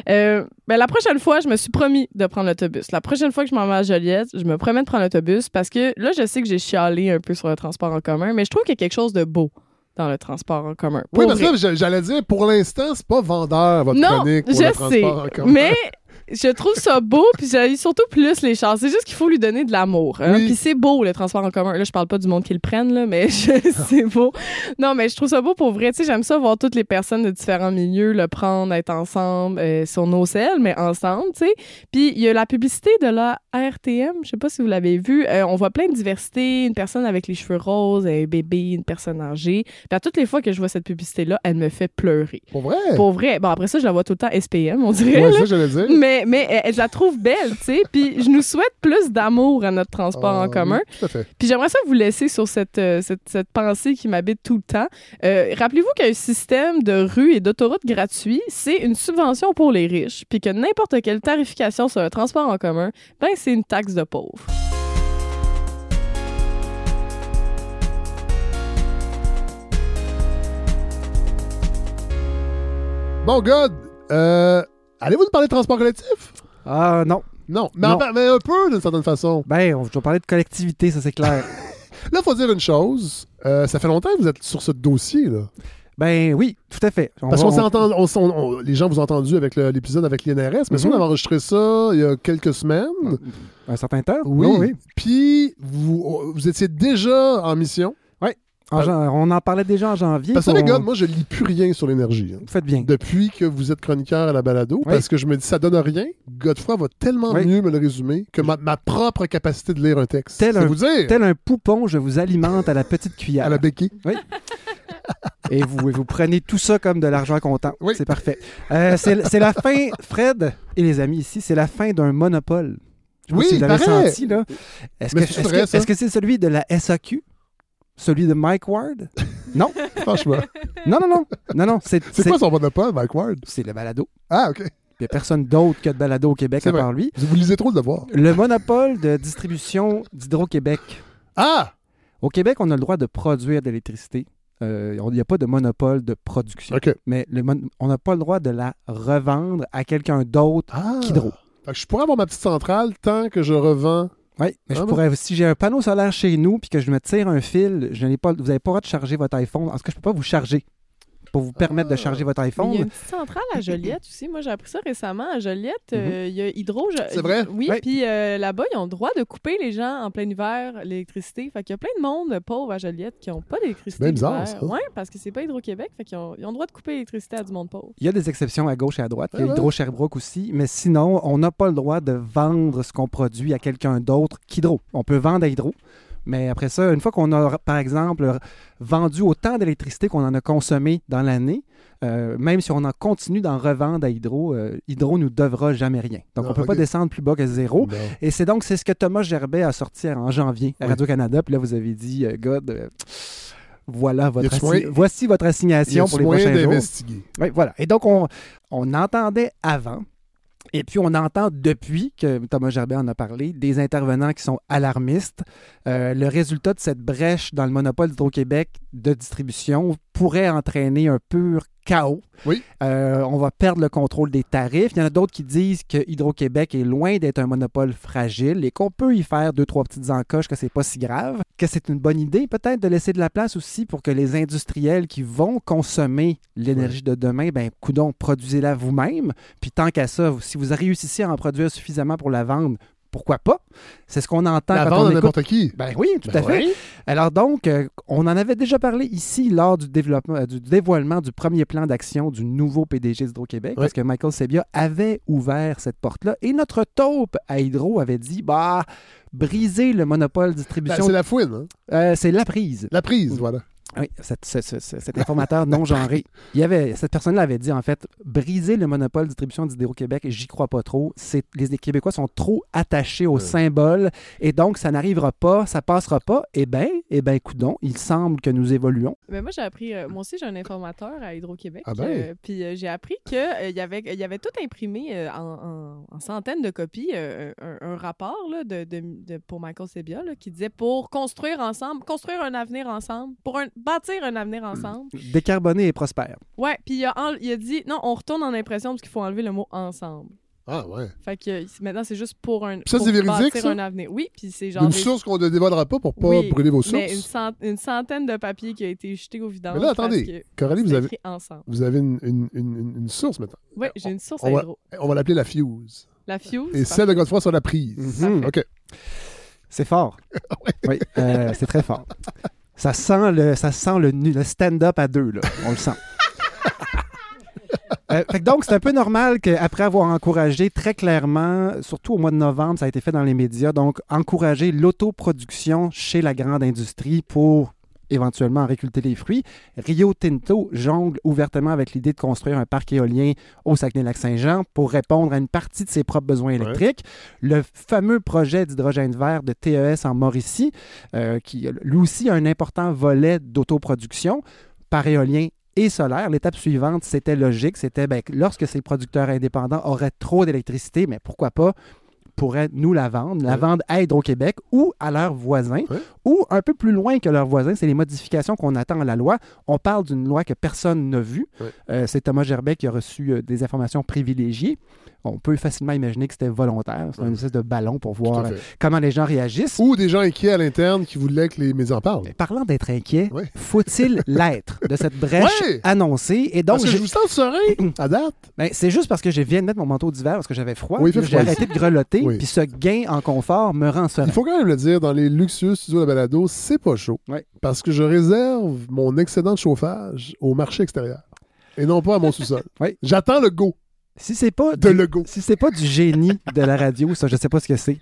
Ben, la prochaine fois, je me suis promis de prendre l'autobus. La prochaine fois que je m'en vais à Joliette, je me promets de prendre l'autobus parce que là, je sais que j'ai chialé un peu sur le transport en commun, mais je trouve qu'il y a quelque chose de beau dans le transport en commun. Oui, parce que j'allais dire, pour l'instant, c'est pas vendeur, votre chronique pour le transport en commun. Mais je trouve ça beau, puis j'ai surtout plus les chars. C'est juste qu'il faut lui donner de l'amour. Hein? Puis c'est beau, le transport en commun. Là, je parle pas du monde qui le prenne, là, mais c'est beau. Non, mais je trouve ça beau pour vrai. Tu sais, j'aime ça voir toutes les personnes de différents milieux le prendre, être ensemble sur nos selles, mais ensemble, tu sais. Puis il y a la publicité de la RTM, je sais pas si vous l'avez vu. On voit plein de diversité, une personne avec les cheveux roses, un bébé, une personne âgée. Puis à toutes les fois que je vois cette publicité-là, elle me fait pleurer. Pour vrai? Pour vrai. Bon, après ça, je la vois tout le temps SPM, on dirait. Ouais, ça, j'allais dire. Mais je la trouve belle, tu sais. Puis je nous souhaite plus d'amour à notre transport en commun. Oui, tout à fait. Puis j'aimerais ça vous laisser sur cette pensée qui m'habite tout le temps. Rappelez-vous qu'un système de rues et d'autoroutes gratuits, c'est une subvention pour les riches. Puis que n'importe quelle tarification sur le transport en commun, ben c'est une taxe de pauvre. Bon, God, allez-vous nous parler de transport collectif? Ah, non. Non, mais, Non. mais un peu d'une certaine façon. Ben, on va parler de collectivité, ça c'est clair. Là, il faut dire une chose. Ça fait longtemps que vous êtes sur ce dossier, là. Ben oui, tout à fait. Parce qu'on s'est entendu, les gens vous ont entendu avec l'épisode avec l'INRS, mais ça, on avait enregistré ça il y a quelques semaines. Un certain temps? Oui. Oh, oui. Puis, vous étiez déjà en mission. On en parlait déjà en janvier. Parce que les gars, moi, je lis plus rien sur l'énergie. Vous faites bien. Depuis que vous êtes chroniqueur à la balado, parce que je me dis, ça donne rien. Godefroy va tellement mieux me le résumer que ma propre capacité de lire un texte. Tel un poupon, je vous alimente à la petite cuillère. À la béquille. Oui. Et vous prenez tout ça comme de l'argent comptant. Oui. C'est parfait. C'est la fin, Fred et les amis ici, c'est la fin d'un monopole. Je sais pas si vous l'avez senti, là. Est-ce que c'est celui de la SAQ? Celui de Mike Ward? Non. Franchement. Non. C'est quoi son monopole, Mike Ward? C'est le balado. Ah, OK. Il n'y a personne d'autre que de balado au Québec à part lui. Vous lisez trop le devoir. Le monopole de distribution d'Hydro-Québec. Ah! Au Québec, on a le droit de produire de l'électricité. Il n'y a pas de monopole de production. OK. Mais on n'a pas le droit de la revendre à quelqu'un d'autre qu'Hydro. Fait que je pourrais avoir ma petite centrale tant que je revends. Oui, mais si j'ai un panneau solaire chez nous puis que je me tire un fil, vous n'avez pas le droit de charger votre iPhone. En tout cas, je ne peux pas vous charger pour vous permettre de charger votre iPhone. Il y a une petite centrale à Joliette aussi. Moi, j'ai appris ça récemment. À Joliette, il y a Hydro. C'est vrai? Oui, puis là-bas, ils ont le droit de couper les gens en plein hiver l'électricité. Fait qu'il y a plein de monde pauvre à Joliette qui n'ont pas d'électricité. C'est bizarre, ça. Oui, parce que c'est pas Hydro-Québec. Fait qu'ils ont le droit de couper l'électricité à du monde pauvre. Il y a des exceptions à gauche et à droite. Il y a Hydro-Sherbrooke aussi. Mais sinon, on n'a pas le droit de vendre ce qu'on produit à quelqu'un d'autre qu'Hydro. On peut vendre à Hydro. Mais après ça, une fois qu'on a, par exemple, vendu autant d'électricité qu'on en a consommé dans l'année, même si on en continue d'en revendre à Hydro, Hydro nous devra jamais rien. Donc, on ne peut pas descendre plus bas que zéro. Non. Et c'est ce que Thomas Gerbet a sorti en janvier à Radio-Canada. Puis là, vous avez dit, God, voici votre assignation pour les prochains jours. Oui, voilà. Et donc, on entendait avant. Et puis, on entend depuis que Thomas Gerbet en a parlé, des intervenants qui sont alarmistes. Le résultat de cette brèche dans le monopole d'Hydro-Québec de distribution pourrait entraîner un pur chaos. Oui. On va perdre le contrôle des tarifs. Il y en a d'autres qui disent que Hydro-Québec est loin d'être un monopole fragile et qu'on peut y faire 2-3 petites encoches, que c'est pas si grave, que c'est une bonne idée peut-être de laisser de la place aussi pour que les industriels qui vont consommer l'énergie de demain, coudonc, produisez-la vous-même. Puis tant qu'à ça, si vous réussissez à en produire suffisamment pour la vendre, pourquoi pas? C'est ce qu'on entend quand on écoute. N'importe qui. Ben oui, tout à fait. Oui. Alors donc, on en avait déjà parlé ici lors du dévoilement du premier plan d'action du nouveau PDG d'Hydro-Québec, parce que Michael Sebia avait ouvert cette porte-là. Et notre taupe à Hydro avait dit, briser le monopole de distribution... c'est la fouine, hein? C'est la prise. La prise, voilà. Oui, cet informateur non genré. Cette personne-là avait dit, en fait, briser le monopole de distribution d'Hydro-Québec, j'y crois pas trop. Les Québécois sont trop attachés au symbole et donc ça n'arrivera pas, ça passera pas. Eh bien, coudonc, il semble que nous évoluons. Mais moi, j'ai appris, moi aussi, j'ai un informateur à Hydro-Québec. Puis j'ai appris qu'il y avait tout imprimé en centaines de copies, un rapport là, pour Michael Sebia là, qui disait pour construire un avenir ensemble, bâtir un avenir ensemble. Décarboné et prospère. Ouais, puis il a dit, non, on retourne en impression parce qu'il faut enlever le mot ensemble. Ah ouais. Fait que maintenant, c'est juste pour c'est véridique, ça? Un avenir. Oui, puis c'est genre... Une source qu'on ne dévoilera pas pour pas brûler vos sources. Mais une centaine de papiers qui a été jeté au vidange. Mais là, attendez, Coralie, vous avez une source maintenant. Oui, j'ai une source à Hydro. On va l'appeler la Fuse. La Fuse. Et celle de Godefroy sur la prise. OK. C'est fort. Oui, c'est très fort. Ça sent le stand-up à deux, là. On le sent. Donc, c'est un peu normal qu'après avoir encouragé très clairement, surtout au mois de novembre, ça a été fait dans les médias, donc encourager l'autoproduction chez la grande industrie pour éventuellement en récolter les fruits. Rio Tinto jongle ouvertement avec l'idée de construire un parc éolien au Saguenay-Lac-Saint-Jean pour répondre à une partie de ses propres besoins électriques. Le fameux projet d'hydrogène vert de TES en Mauricie, qui lui aussi a un important volet d'autoproduction par éolien et solaire. L'étape suivante, c'était logique. C'était lorsque ces producteurs indépendants auraient trop d'électricité, mais pourquoi pas pourraient nous la vendre à Hydro-Québec ou à leurs voisins, ou un peu plus loin que leurs voisins, c'est les modifications qu'on attend à la loi. On parle d'une loi que personne n'a vue. C'est Thomas Gerbet qui a reçu des informations privilégiées. On peut facilement imaginer que c'était volontaire. C'est une espèce de ballon pour voir comment les gens réagissent. Ou des gens inquiets à l'interne qui voulaient que les médias en parlent. Mais parlant d'être inquiet, faut-il l'être de cette brèche annoncée? Et donc, parce que je vous sens serein à date. Ben, c'est juste parce que je viens de mettre mon manteau d'hiver parce que j'avais froid. J'ai arrêté de grelotter. Puis ce gain en confort me rend serein. Il faut quand même le dire, dans les luxueux studios de balado, c'est pas chaud. Parce que je réserve mon excédent de chauffage au marché extérieur. Et non pas à mon sous-sol. J'attends le go. Si c'est pas du génie de la radio, ça, je sais pas ce que c'est.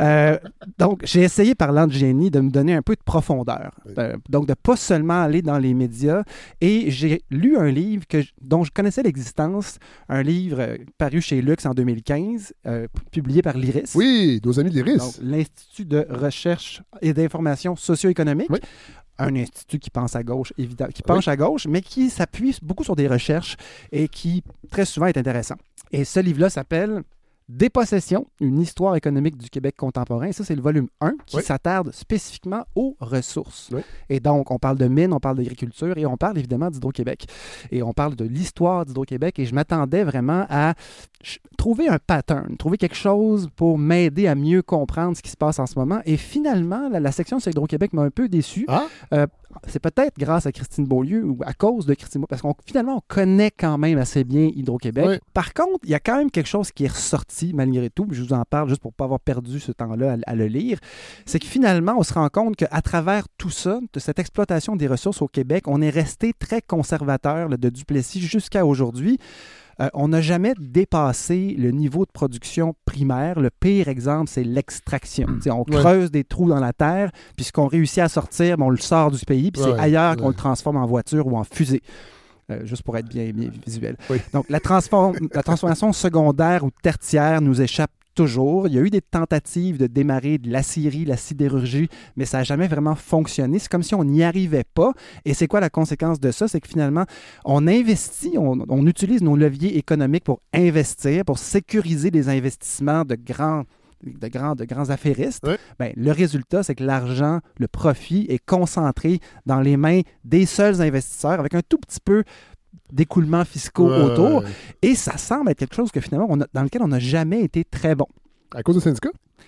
Donc, j'ai essayé, parlant de génie, de me donner un peu de profondeur. Donc, de pas seulement aller dans les médias. Et j'ai lu un livre dont je connaissais l'existence, un livre paru chez Lux en 2015, publié par l'IRIS. Oui, nos amis de l'IRIS. Donc, l'Institut de recherche et d'information socio-économique. Un institut qui pense à gauche, évidemment, qui penche à gauche, mais qui s'appuie beaucoup sur des recherches et qui, très souvent, est intéressant. Et ce livre-là s'appelle Dépossession, une histoire économique du Québec contemporain. Et ça, c'est le volume 1 qui s'attarde spécifiquement aux ressources. Et donc, on parle de mines, on parle d'agriculture et on parle évidemment d'Hydro-Québec. Et on parle de l'histoire d'Hydro-Québec et je m'attendais vraiment à trouver un pattern, trouver quelque chose pour m'aider à mieux comprendre ce qui se passe en ce moment. Et finalement, la section sur Hydro-Québec m'a un peu déçu. C'est peut-être grâce à Christine Beaulieu ou à cause de Christine Beaulieu, parce qu'on finalement, on connaît quand même assez bien Hydro-Québec. Par contre, il y a quand même quelque chose qui est ressorti malgré tout, je vous en parle juste pour ne pas avoir perdu ce temps-là à le lire, c'est que finalement, on se rend compte qu'à travers tout ça, de cette exploitation des ressources au Québec, on est resté très conservateur de Duplessis jusqu'à aujourd'hui. On n'a jamais dépassé le niveau de production primaire. Le pire exemple, c'est l'extraction. On creuse des trous dans la terre, puis ce qu'on réussit à sortir, on le sort du pays, puis c'est ailleurs qu'on le transforme en voiture ou en fusée. Juste pour être bien visuel. Donc, la transformation secondaire ou tertiaire nous échappe toujours. Il y a eu des tentatives de démarrer de l'aciérie, la sidérurgie, mais ça n'a jamais vraiment fonctionné. C'est comme si on n'y arrivait pas. Et c'est quoi la conséquence de ça? C'est que finalement, on investit, on utilise nos leviers économiques pour investir, pour sécuriser les investissements de grands affairistes. Ben, le résultat, c'est que l'argent, le profit est concentré dans les mains des seuls investisseurs avec un tout petit peu d'écoulements fiscaux autour. Et ça semble être quelque chose que finalement, dans lequel on n'a jamais été très bon. À cause des syndicats?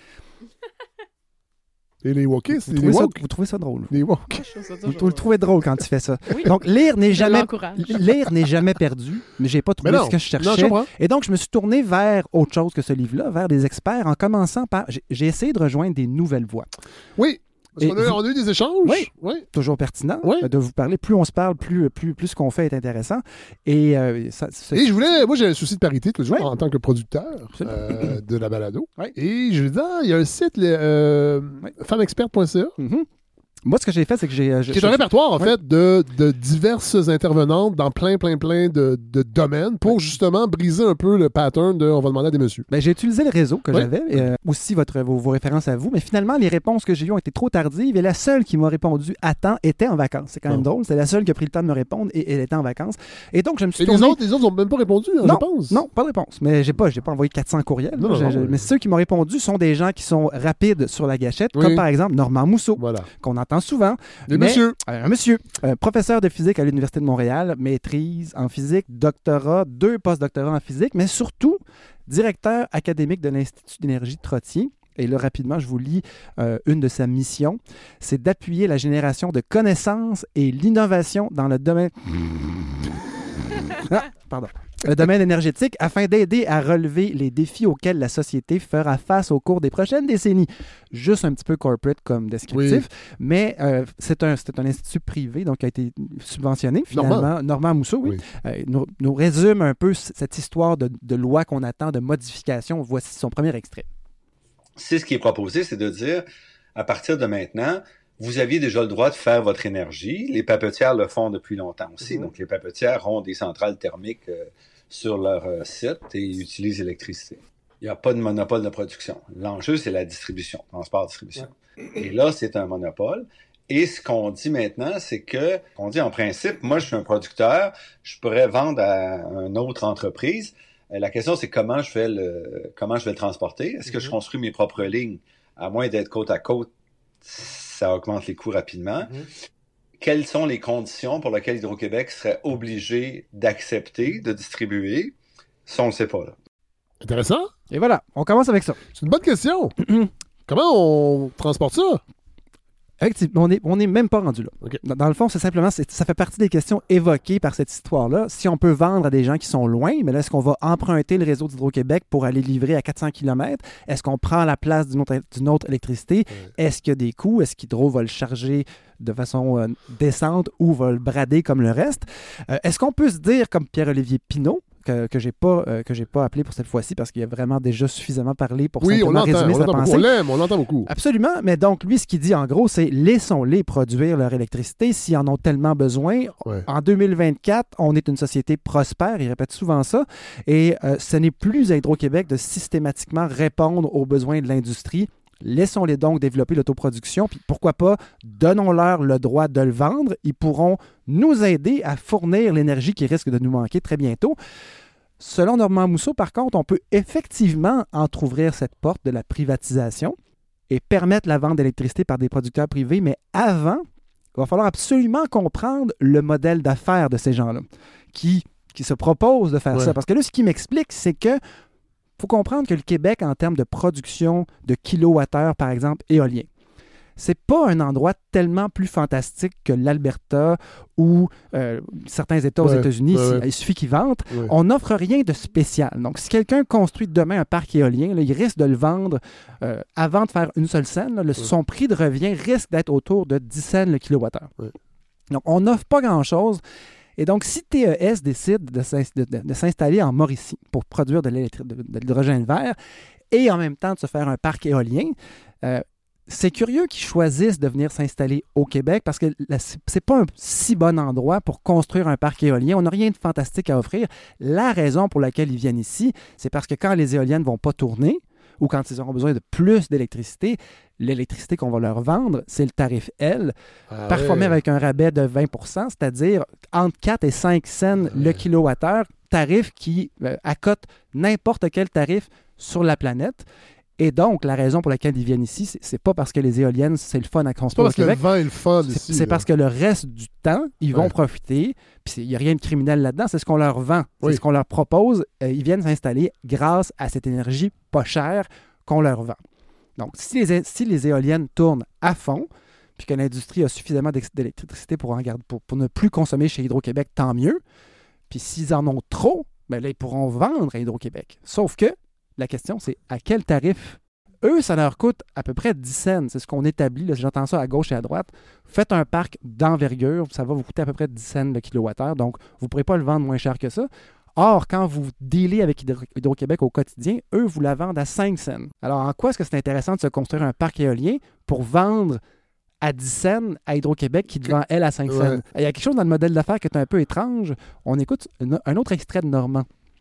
Et les wokistes? Vous trouvez ça drôle? Les woke. Vous le trouvez drôle quand tu fais ça. Donc, lire n'est jamais perdu, mais j'ai pas trouvé ce que je cherchais. Et donc, je me suis tourné vers autre chose que ce livre-là, vers des experts, en commençant par... J'ai essayé de rejoindre des nouvelles voix. Oui. Parce qu'on a eu des échanges. Toujours pertinent de vous parler. Plus on se parle, plus ce qu'on fait est intéressant. Et moi, j'ai un souci de parité toujours en tant que producteur de la balado. Et je lui dis, il y a un site, femmeexperte.ca. Moi, ce que j'ai fait, c'est que j'ai... Qui est un répertoire, en fait, de diverses intervenantes dans plein de domaines pour, justement, briser un peu le pattern de « on va demander à des messieurs ». Ben, j'ai utilisé le réseau que j'avais, aussi vos références à vous, mais finalement, les réponses que j'ai eues ont été trop tardives et la seule qui m'a répondu à temps était en vacances. C'est quand même drôle. C'est la seule qui a pris le temps de me répondre et elle était en vacances. Et donc, je me suis tourné... Les autres n'ont même pas répondu, je pense. Non, pas de réponse. Mais j'ai pas envoyé 400 courriels. Mais ceux qui m'ont répondu sont des gens qui sont rapides sur la gâchette, comme par exemple Normand Mousseau, qu'on entend souvent. Un monsieur, professeur de physique à l'Université de Montréal, maîtrise en physique, doctorat, 2 post-doctorats en physique, mais surtout directeur académique de l'Institut d'énergie de Trottier. Et là, rapidement, je vous lis une de sa missions. C'est d'appuyer la génération de connaissances et l'innovation dans le domaine... Le domaine énergétique afin d'aider à relever les défis auxquels la société fera face au cours des prochaines décennies. Juste un petit peu corporate comme descriptif, mais c'est un institut privé donc qui a été subventionné finalement. Normand Mousseau, nous résume un peu cette histoire de loi qu'on attend, de modification. Voici son premier extrait. C'est ce qui est proposé, c'est de dire, à partir de maintenant, vous aviez déjà le droit de faire votre énergie. Les papetières le font depuis longtemps aussi. Donc, les papetières ont des centrales thermiques sur leur site et utilisent l'électricité. Il n'y a pas de monopole de production. L'enjeu, c'est la distribution, transport-distribution. Et là, c'est un monopole. Et ce qu'on dit maintenant, c'est que, on dit en principe, moi, je suis un producteur, je pourrais vendre à une autre entreprise, La question, c'est comment je vais le transporter. Est-ce que je construis mes propres lignes? À moins d'être côte à côte, ça augmente les coûts rapidement. Quelles sont les conditions pour lesquelles Hydro-Québec serait obligé d'accepter de distribuer? Ça, on ne le sait pas. Là. Intéressant. Et voilà, on commence avec ça. C'est une bonne question. Comment on transporte ça? Effectivement, on n'est même pas rendu là. Okay. Dans le fond, c'est simplement, ça fait partie des questions évoquées par cette histoire-là. Si on peut vendre à des gens qui sont loin, mais là, est-ce qu'on va emprunter le réseau d'Hydro-Québec pour aller livrer à 400 km? Est-ce qu'on prend la place d'une autre électricité? Est-ce qu'il y a des coûts? Est-ce qu'Hydro va le charger de façon décente ou va le brader comme le reste? Est-ce qu'on peut se dire, comme Pierre-Olivier Pinault, que j'ai pas appelé pour cette fois-ci parce qu'il a vraiment déjà suffisamment parlé pour simplement résumer sa pensée. On l'entend beaucoup. Absolument, mais donc lui, ce qu'il dit en gros, c'est laissons-les produire leur électricité s'ils en ont tellement besoin. Ouais. En 2024, on est une société prospère, il répète souvent ça, et ce n'est plus à Hydro-Québec de systématiquement répondre aux besoins de l'industrie. Laissons-les donc développer l'autoproduction, puis pourquoi pas, donnons-leur le droit de le vendre. Ils pourront nous aider à fournir l'énergie qui risque de nous manquer très bientôt. Selon Normand Mousseau, par contre, on peut effectivement entrouvrir cette porte de la privatisation et permettre la vente d'électricité par des producteurs privés, mais avant, il va falloir absolument comprendre le modèle d'affaires de ces gens-là qui se proposent de faire ça. Parce que là, ce qui m'explique, c'est que faut comprendre que le Québec, en termes de production de kilowattheure, par exemple, éolien, c'est pas un endroit tellement plus fantastique que l'Alberta ou certains États aux États-Unis. Il suffit qu'ils vantent. On n'offre rien de spécial. Donc, si quelqu'un construit demain un parc éolien, là, il risque de le vendre avant de faire une seule scène. Là, son prix de revient risque d'être autour de 10 cents le kilowattheure. Donc, on n'offre pas grand-chose. Et donc, si TES décide de s'installer en Mauricie pour produire de l'hydrogène vert et en même temps de se faire un parc éolien, c'est curieux qu'ils choisissent de venir s'installer au Québec parce que c'est pas un si bon endroit pour construire un parc éolien. On n'a rien de fantastique à offrir. La raison pour laquelle ils viennent ici, c'est parce que quand les éoliennes ne vont pas tourner ou quand ils auront besoin de plus d'électricité, l'électricité qu'on va leur vendre, c'est le tarif L, parfois avec un rabais de 20 %, c'est-à-dire entre 4 et 5 cents le kilowattheure, tarif qui accote n'importe quel tarif sur la planète. Et donc, la raison pour laquelle ils viennent ici, c'est pas parce que les éoliennes, c'est le fun à construire au Québec. C'est pas parce que le vent est le fun ici. C'est parce que le reste du temps, ils vont profiter. Puis il n'y a rien de criminel là-dedans. C'est ce qu'on leur vend. C'est ce qu'on leur propose. Ils viennent s'installer grâce à cette énergie pas chère qu'on leur vend. Donc, si les éoliennes tournent à fond, puis que l'industrie a suffisamment d'électricité pour ne plus consommer chez Hydro-Québec, tant mieux. Puis s'ils en ont trop, bien là, ils pourront vendre à Hydro-Québec. Sauf que la question, c'est à quel tarif? Eux, ça leur coûte à peu près 10 cents. C'est ce qu'on établit. Là, j'entends ça à gauche et à droite. Faites un parc d'envergure, ça va vous coûter à peu près 10 cents le kilowattheure. Donc, vous ne pourrez pas le vendre moins cher que ça. Or, quand vous dealez avec Hydro-Québec au quotidien, eux vous la vendent à 5 cents. Alors, en quoi est-ce que c'est intéressant de se construire un parc éolien pour vendre à 10 cents à Hydro-Québec qui te vend, elle, à 5 cents? Il y a quelque chose dans le modèle d'affaires qui est un peu étrange. On écoute un autre extrait de Normand.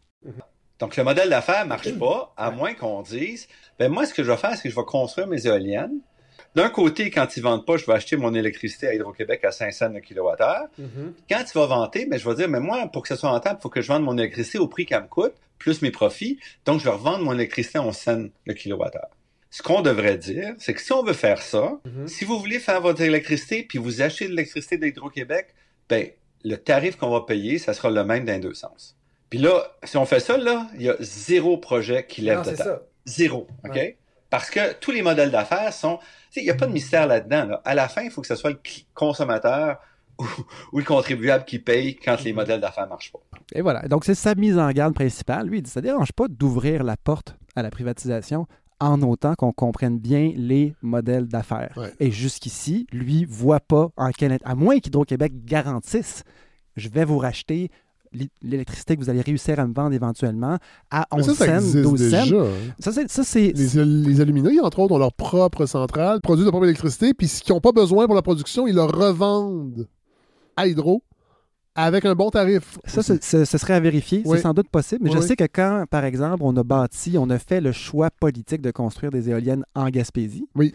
Donc, le modèle d'affaires ne marche pas, à moins qu'on dise, moi, ce que je vais faire, c'est que je vais construire mes éoliennes. D'un côté, quand ils ne vendent pas, je vais acheter mon électricité à Hydro-Québec à 5 cents le kilowattheure. Quand il va vanter, je vais dire, mais moi, pour que ce soit rentable, il faut que je vende mon électricité au prix qu'elle me coûte, plus mes profits. Donc, je vais revendre mon électricité à 11 cents le kilowattheure. Ce qu'on devrait dire, c'est que si on veut faire ça, si vous voulez faire votre électricité puis vous achetez de l'électricité d'Hydro-Québec, le tarif qu'on va payer, ça sera le même dans les deux sens. Puis là, si on fait ça, là, il y a zéro projet qui lève de terre. Zéro, OK? Ouais. Parce que tous les modèles d'affaires sont... Il n'y a pas de mystère là-dedans. Là. À la fin, il faut que ce soit le consommateur ou le contribuable qui paye quand les modèles d'affaires ne marchent pas. Et voilà. Donc, c'est sa mise en garde principale. Lui, il dit, ça ne dérange pas d'ouvrir la porte à la privatisation en autant qu'on comprenne bien les modèles d'affaires. Ouais. Et jusqu'ici, lui, ne voit pas à moins qu'Hydro-Québec garantisse, je vais vous racheter l'électricité que vous allez réussir à me vendre éventuellement à 11 cents, 12 cents. Déjà, hein. Ça, c'est... Les Aluminium, entre autres, ont leur propre centrale, produisent leur propre électricité, puis ce qu'ils n'ont pas besoin pour la production, ils le revendent à Hydro avec un bon tarif. Ça, ce serait à vérifier. C'est sans doute possible. Mais je sais que quand, par exemple, on a fait le choix politique de construire des éoliennes en Gaspésie,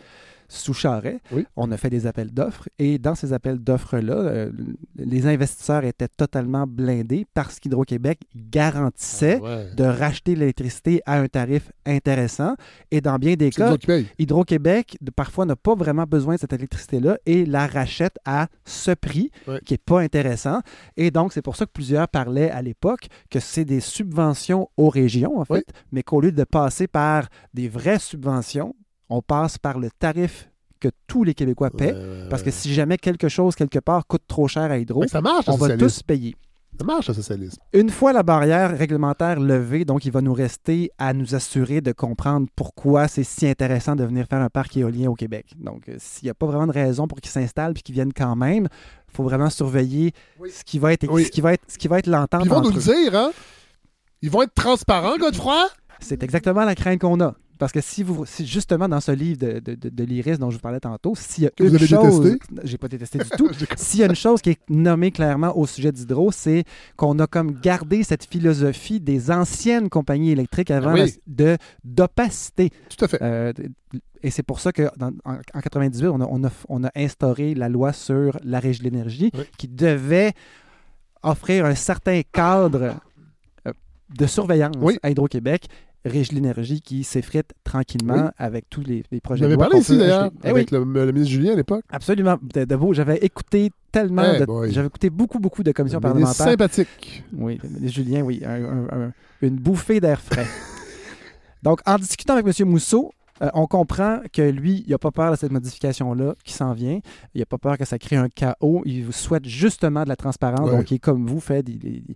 sous Charest. Oui. On a fait des appels d'offres et dans ces appels d'offres-là, les investisseurs étaient totalement blindés parce qu'Hydro-Québec garantissait de racheter l'électricité à un tarif intéressant. Et dans bien des cas, Hydro-Québec, parfois, n'a pas vraiment besoin de cette électricité-là et la rachète à ce prix qui n'est pas intéressant. Et donc, c'est pour ça que plusieurs parlaient à l'époque que c'est des subventions aux régions, en fait, mais qu'au lieu de passer par des vraies subventions, on passe par le tarif que tous les Québécois paient, parce que si jamais quelque chose, quelque part, coûte trop cher à Hydro, ça marche, on va tous payer. Ça marche, le socialisme. Une fois la barrière réglementaire levée, donc il va nous rester à nous assurer de comprendre pourquoi c'est si intéressant de venir faire un parc éolien au Québec. Donc, s'il n'y a pas vraiment de raison pour qu'ils s'installent et qu'ils viennent quand même, il faut vraiment surveiller ce qui va être l'entente. Ils vont nous le dire, hein? Ils vont être transparents, Godefroy? C'est exactement la crainte qu'on a. Parce que si justement dans ce livre de l'IRIS dont je vous parlais tantôt, s'il y a une chose... J'ai pas détesté du tout. S'il y a une chose qui est nommée clairement au sujet d'Hydro, c'est qu'on a comme gardé cette philosophie des anciennes compagnies électriques avant d'opacité. Tout à fait. Et c'est pour ça qu'en 1998, on a instauré la loi sur la Régie de l'énergie qui devait offrir un certain cadre de surveillance à Hydro-Québec. Régie de l'énergie qui s'effrite tranquillement avec tous les projets de loi. On avait parlé ici, d'ailleurs, avec le ministre Julien à l'époque. Absolument. J'avais écouté j'avais écouté beaucoup de commissions parlementaires. Sympathique. Oui, le ministre Julien, oui. Une bouffée d'air frais. Donc, en discutant avec M. Mousseau, on comprend que lui, il n'a pas peur de cette modification-là qui s'en vient. Il n'a pas peur que ça crée un chaos. Il souhaite justement de la transparence. Donc, il est comme vous, Fed.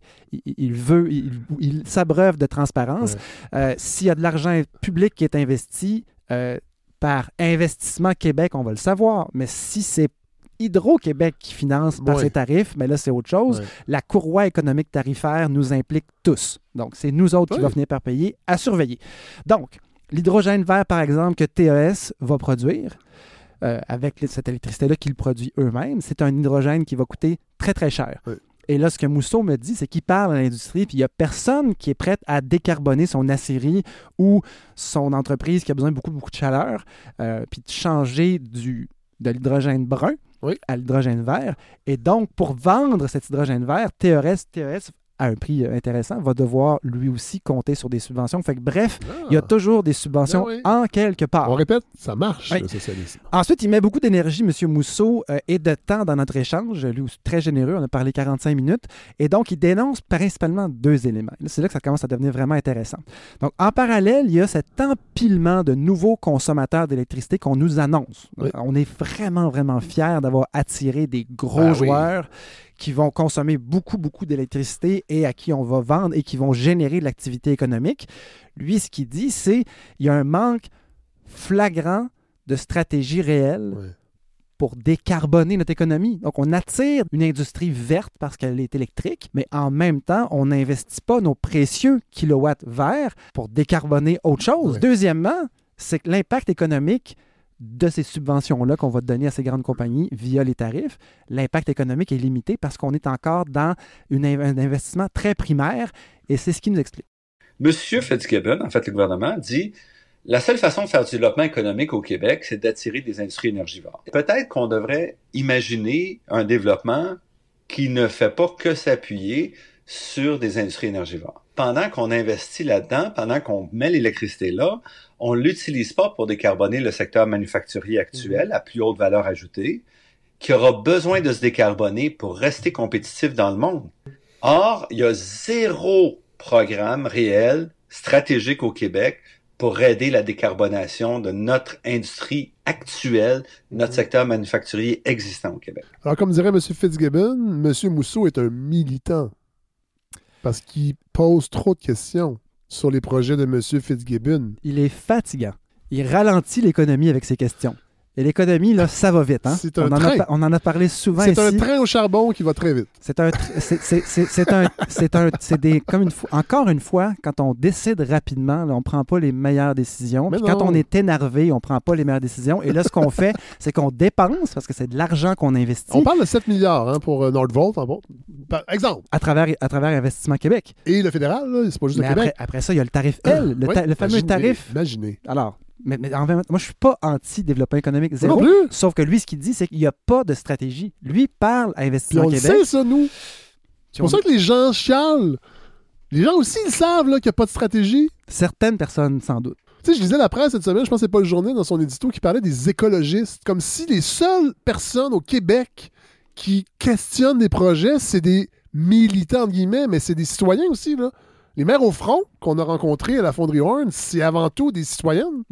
Il s'abreuve de transparence. S'il y a de l'argent public qui est investi par Investissement Québec, on va le savoir. Mais si c'est Hydro-Québec qui finance par ses tarifs, mais là, c'est autre chose. La courroie économique tarifaire nous implique tous. Donc, c'est nous autres qui va finir par payer, à surveiller. Donc, l'hydrogène vert, par exemple, que TES va produire, avec cette électricité-là qu'ils produisent eux-mêmes, c'est un hydrogène qui va coûter très, très cher. Et là, ce que Mousseau me dit, c'est qu'il parle à l'industrie, puis il n'y a personne qui est prêt à décarboner son aciérie ou son entreprise qui a besoin de beaucoup de chaleur, puis de changer de l'hydrogène brun à l'hydrogène vert. Et donc, pour vendre cet hydrogène vert, TES à un prix intéressant, va devoir lui aussi compter sur des subventions. Fait que, bref, il y a toujours des subventions en quelque part. On répète, ça marche, le socialisme. Ensuite, il met beaucoup d'énergie, M. Mousseau, et de temps dans notre échange. Lui, très généreux, on a parlé 45 minutes. Et donc, il dénonce principalement 2 éléments. C'est là que ça commence à devenir vraiment intéressant. Donc, en parallèle, il y a cet empilement de nouveaux consommateurs d'électricité qu'on nous annonce. On est vraiment, vraiment fiers d'avoir attiré des gros joueurs qui vont consommer beaucoup d'électricité et à qui on va vendre et qui vont générer de l'activité économique. Lui, ce qu'il dit, c'est qu'il y a un manque flagrant de stratégie réelle pour décarboner notre économie. Donc, on attire une industrie verte parce qu'elle est électrique, mais en même temps, on n'investit pas nos précieux kilowatts verts pour décarboner autre chose. Deuxièmement, c'est que l'impact économique de ces subventions-là qu'on va donner à ces grandes compagnies via les tarifs, l'impact économique est limité parce qu'on est encore dans un investissement très primaire et c'est ce qui nous explique. Monsieur Fitzgibbon, en fait, le gouvernement, dit « La seule façon de faire du développement économique au Québec, c'est d'attirer des industries énergivores. » Peut-être qu'on devrait imaginer un développement qui ne fait pas que s'appuyer sur des industries énergivores. Pendant qu'on investit là-dedans, pendant qu'on met l'électricité là, on l'utilise pas pour décarboner le secteur manufacturier actuel à plus haute valeur ajoutée, qui aura besoin de se décarboner pour rester compétitif dans le monde. Or, il y a 0 programme réel, stratégique au Québec, pour aider la décarbonation de notre industrie actuelle, notre secteur manufacturier existant au Québec. Alors, comme dirait M. Fitzgibbon, M. Mousseau est un militant. Parce qu'il pose trop de questions sur les projets de M. Fitzgibbon. Il est fatigant. Il ralentit l'économie avec ses questions. Et l'économie, là, ça va vite. Hein? C'est un train. On en a parlé souvent ici. C'est un train au charbon qui va très vite. Encore une fois, quand on décide rapidement, là, on ne prend pas les meilleures décisions. Puis quand on est énervé, on ne prend pas les meilleures décisions. Et là, ce qu'on fait, c'est qu'on dépense, parce que c'est de l'argent qu'on investit. On parle de 7 milliards pour Nordvolt, par exemple. À travers Investissement Québec. Et le fédéral, là, c'est pas juste le Québec. Après ça, il y a le tarif L, le fameux tarif. Imaginez. Alors, Mais en fait, moi, je suis pas anti-développement économique zéro. Non plus. Sauf que lui, ce qu'il dit, c'est qu'il n'y a pas de stratégie. Lui parle à Puis Investissement on le Québec. sait, ça, nous. C'est pour ça que les gens chialent. Les gens aussi, ils savent là, qu'il n'y a pas de stratégie. Certaines personnes, sans doute. Tu sais, je lisais la presse cette semaine, je pense que c'est Paul Journet dans son édito qui parlait des écologistes, comme si les seules personnes au Québec qui questionnent des projets, c'est des militants, entre guillemets, mais c'est des citoyens aussi, là. Les maires au front qu'on a rencontrés à la Fonderie Horn, c'est avant tout des citoyennes.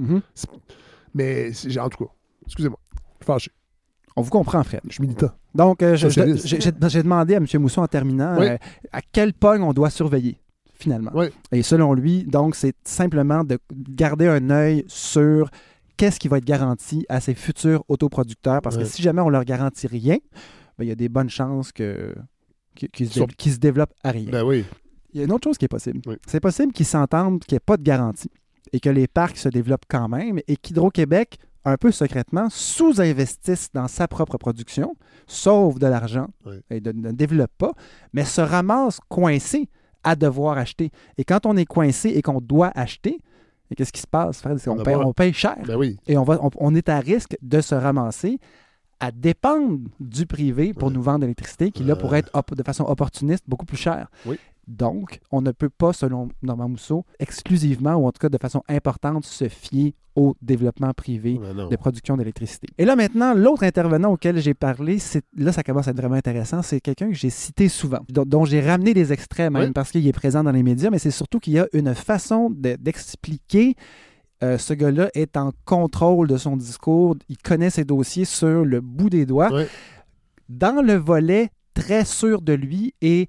Mais, en tout cas, excusez-moi, je suis fâché. On vous comprend, Fred. Je suis militant. Donc, j'ai demandé à M. Mousseau en terminant à quel pogne on doit surveiller, finalement. Oui. Et selon lui, donc, c'est simplement de garder un œil sur qu'est-ce qui va être garanti à ces futurs autoproducteurs, parce que si jamais on leur garantit rien, ben, il y a des bonnes chances qu'ils se développent à rien. Ben oui. Il y a une autre chose qui est possible. Oui. C'est possible qu'ils s'entendent qu'il n'y ait pas de garantie et que les parcs se développent quand même et qu'Hydro-Québec, un peu secrètement, sous-investisse dans sa propre production, sauve de l'argent et ne développe pas, mais se ramasse coincé à devoir acheter. Et quand on est coincé et qu'on doit acheter, et qu'est-ce qui se passe, Fred? On paye cher. Ben oui. Et on est à risque de se ramasser à dépendre du privé pour nous vendre de l'électricité qui, là, pourrait être de façon opportuniste beaucoup plus cher. Oui. Donc, on ne peut pas, selon Normand Mousseau, exclusivement ou en tout cas de façon importante, se fier au développement privé de production d'électricité. Et là, maintenant, l'autre intervenant auquel j'ai parlé, là, ça commence à être vraiment intéressant, c'est quelqu'un que j'ai cité souvent, dont j'ai ramené des extraits même parce qu'il est présent dans les médias, mais c'est surtout qu'il y a une façon d'expliquer. Ce gars-là est en contrôle de son discours, il connaît ses dossiers sur le bout des doigts. Oui. Dans le volet très sûr de lui et...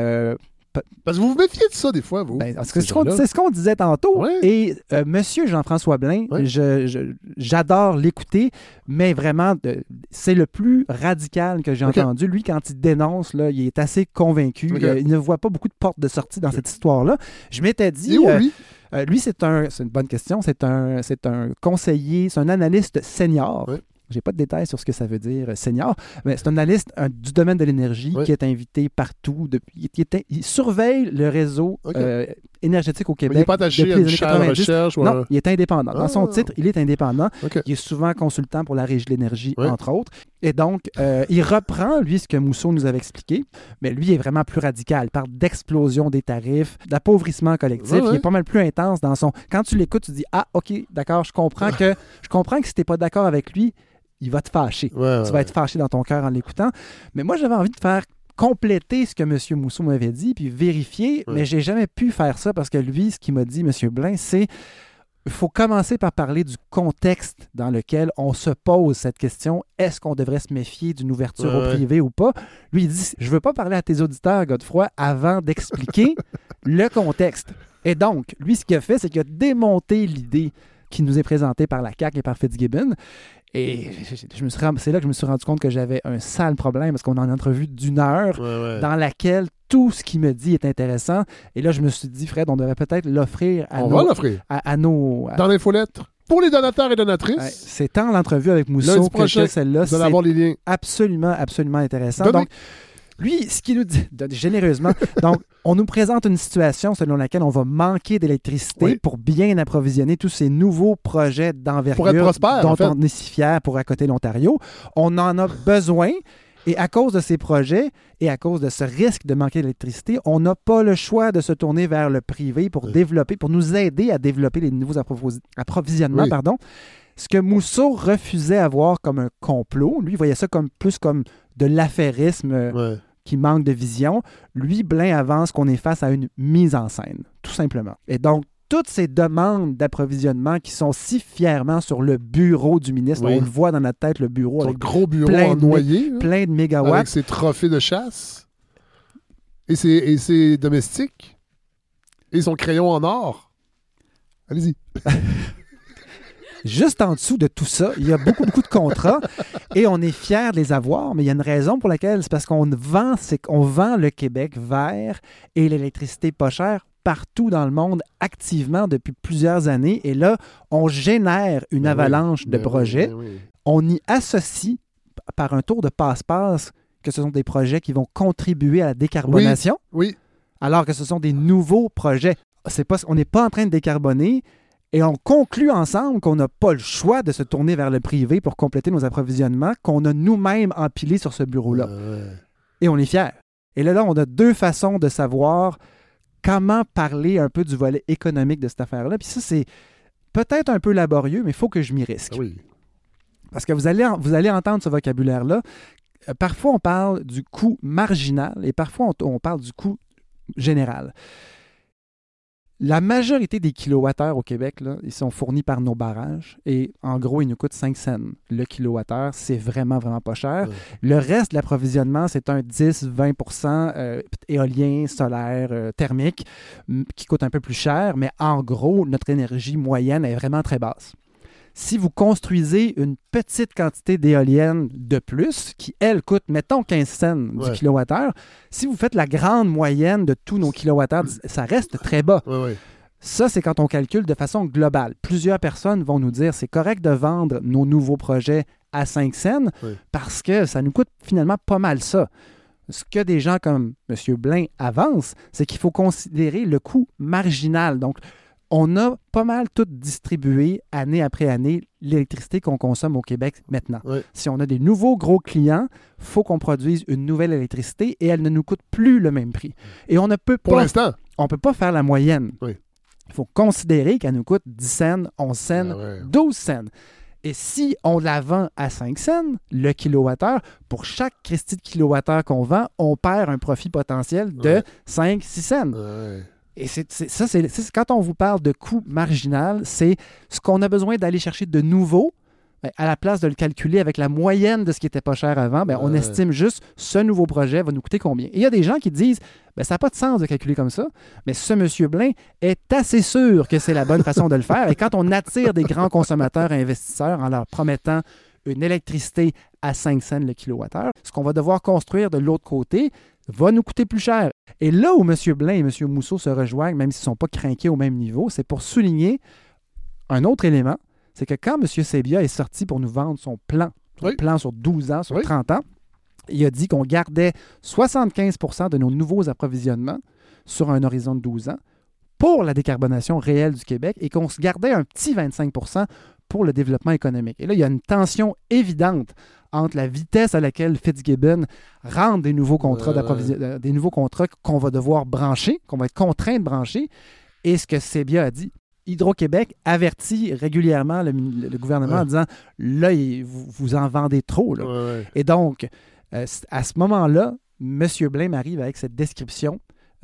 parce que vous vous méfiez de ça des fois, vous. Ben, c'est ce qu'on disait tantôt. Ouais. Et Monsieur Jean-François Blain, j'adore l'écouter, mais vraiment, c'est le plus radical que j'ai entendu. Lui, quand il dénonce, là, il est assez convaincu. Il ne voit pas beaucoup de portes de sortie dans cette histoire-là. Je m'étais dit... lui, c'est une bonne question. C'est un conseiller, c'est un analyste senior. Oui. Je n'ai pas de détails sur ce que ça veut dire senior, mais c'est un analyste du domaine de l'énergie qui est invité partout. Il surveille le réseau énergétique au Québec. Il n'est pas attaché à une chaire de recherche. Non, il est indépendant. Dans son titre, il est indépendant. Il est souvent consultant pour la Régie de l'énergie, entre autres. Et donc, il reprend, lui, ce que Mousseau nous avait expliqué, mais lui est vraiment plus radical. Il parle d'explosion des tarifs, d'appauvrissement collectif. Il est pas mal plus intense dans son... Quand tu l'écoutes, tu dis « Ah, OK, d'accord, je comprends que si tu n'es pas d'accord avec lui, il va te fâcher. Tu vas être fâché dans ton cœur en l'écoutant. » Mais moi, j'avais envie de faire compléter ce que M. Mousseau m'avait dit, puis vérifier, mais j'ai jamais pu faire ça parce que lui, ce qu'il m'a dit, M. Blain, c'est il faut commencer par parler du contexte dans lequel on se pose cette question. Est-ce qu'on devrait se méfier d'une ouverture au privé ou pas? Lui, il dit, je veux pas parler à tes auditeurs, Godefroy, avant d'expliquer le contexte. Et donc, lui, ce qu'il a fait, c'est qu'il a démonté l'idée qui nous est présentée par la CAQ et par Fitzgibbon. Et c'est là que je me suis rendu compte que j'avais un sale problème parce qu'on a une entrevue d'1 heure dans laquelle tout ce qu'il me dit est intéressant. Et là, je me suis dit, Fred, on devrait peut-être l'offrir à nos... Dans l'infolettre. Pour les donateurs et donatrices. C'est tant l'entrevue avec Mousseau que celle-là. Vous allez avoir les liens. Absolument, absolument intéressant. Donc, lui, ce qu'il nous dit généreusement, donc, on nous présente une situation selon laquelle on va manquer d'électricité pour bien approvisionner tous ces nouveaux projets d'envergure dont on est si fier pour accoter l'Ontario. On en a besoin et à cause de ces projets et à cause de ce risque de manquer d'électricité, on n'a pas le choix de se tourner vers le privé pour développer, pour nous aider à développer les nouveaux approvisionnements. Ce que Mousseau refusait à voir comme un complot, lui, il voyait ça plus comme de l'affairisme qui manque de vision. Lui, Blain avance qu'on est face à une mise en scène, tout simplement. Et donc, toutes ces demandes d'approvisionnement qui sont si fièrement sur le bureau du ministre, on le voit dans notre tête, le bureau avec gros bureau en noyer, plein de mégawatts. Avec ses trophées de chasse et ses domestiques et son crayon en or. Allez-y. Juste en dessous de tout ça, il y a beaucoup de contrats et on est fiers de les avoir, mais il y a une raison pour laquelle, c'est parce qu'on vend le Québec vert et l'électricité pas chère partout dans le monde activement depuis plusieurs années. Et là, on génère une avalanche de projets. On y associe par un tour de passe-passe que ce sont des projets qui vont contribuer à la décarbonation, alors que ce sont des nouveaux projets. On n'est pas en train de décarboner. Et on conclut ensemble qu'on n'a pas le choix de se tourner vers le privé pour compléter nos approvisionnements qu'on a nous-mêmes empilés sur ce bureau-là. Et on est fiers. Et là, on a deux façons de savoir comment parler un peu du volet économique de cette affaire-là. Puis ça, c'est peut-être un peu laborieux, mais il faut que je m'y risque. Oui. Parce que vous allez entendre ce vocabulaire-là. Parfois, on parle du coût marginal et parfois, on parle du coût général. La majorité des kilowattheures au Québec, là, ils sont fournis par nos barrages et en gros, ils nous coûtent 5 cents le kilowattheure. C'est vraiment, vraiment pas cher. Le reste de l'approvisionnement, c'est un 10-20% éolien, solaire, thermique qui coûte un peu plus cher, mais en gros, notre énergie moyenne est vraiment très basse. Si vous construisez une petite quantité d'éoliennes de plus, qui, elle, coûte, mettons, 15 cents du kilowattheure, si vous faites la grande moyenne de tous nos kilowattheures, ça reste très bas. Ça, c'est quand on calcule de façon globale. Plusieurs personnes vont nous dire c'est correct de vendre nos nouveaux projets à 5 cents parce que ça nous coûte finalement pas mal ça. Ce que des gens comme M. Blain avancent, c'est qu'il faut considérer le coût marginal. Donc, on a pas mal tout distribué année après année l'électricité qu'on consomme au Québec maintenant. Si on a des nouveaux gros clients, il faut qu'on produise une nouvelle électricité et elle ne nous coûte plus le même prix. Et on ne peut pas... Pour l'instant. On ne peut pas faire la moyenne. Il faut considérer qu'elle nous coûte 10 cents, 11 cents, 12 cents. Et si on la vend à 5 cents, le kilowattheure, pour chaque Christie de kilowattheure qu'on vend, on perd un profit potentiel de 5-6 cents. Et c'est quand on vous parle de coût marginal, c'est ce qu'on a besoin d'aller chercher de nouveau. À la place de le calculer avec la moyenne de ce qui était pas cher avant, on estime juste ce nouveau projet va nous coûter combien. Et il y a des gens qui disent ça n'a pas de sens de calculer comme ça, mais ce M. Blain est assez sûr que c'est la bonne façon de le faire. Et quand on attire des grands consommateurs et investisseurs en leur promettant une électricité à 5 cents le kilowattheure, ce qu'on va devoir construire de l'autre côté va nous coûter plus cher. Et là où M. Blain et M. Mousseau se rejoignent, même s'ils ne sont pas crinqués au même niveau, c'est pour souligner un autre élément, c'est que quand M. Sebia est sorti pour nous vendre son plan sur 12 ans, sur 30 ans, il a dit qu'on gardait 75% de nos nouveaux approvisionnements sur un horizon de 12 ans pour la décarbonation réelle du Québec et qu'on se gardait un petit 25% pour le développement économique. Et là, il y a une tension évidente entre la vitesse à laquelle Fitzgibbon rentre des nouveaux contrats des nouveaux contrats qu'on va devoir brancher, qu'on va être contraint de brancher, et ce que Sebia a dit. Hydro-Québec avertit régulièrement le gouvernement en disant « Là, vous en vendez trop. » Et donc, à ce moment-là, M. Blain arrive avec cette description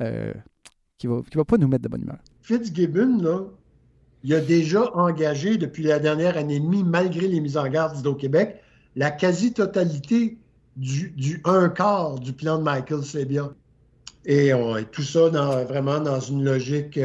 qui va pas nous mettre de bonne humeur. Fitzgibbon, là, il a déjà engagé depuis la dernière année et demie, malgré les mises en garde d'Hydro-Québec, la quasi-totalité du un quart du plan de Michael Sebia. Et tout ça vraiment dans une logique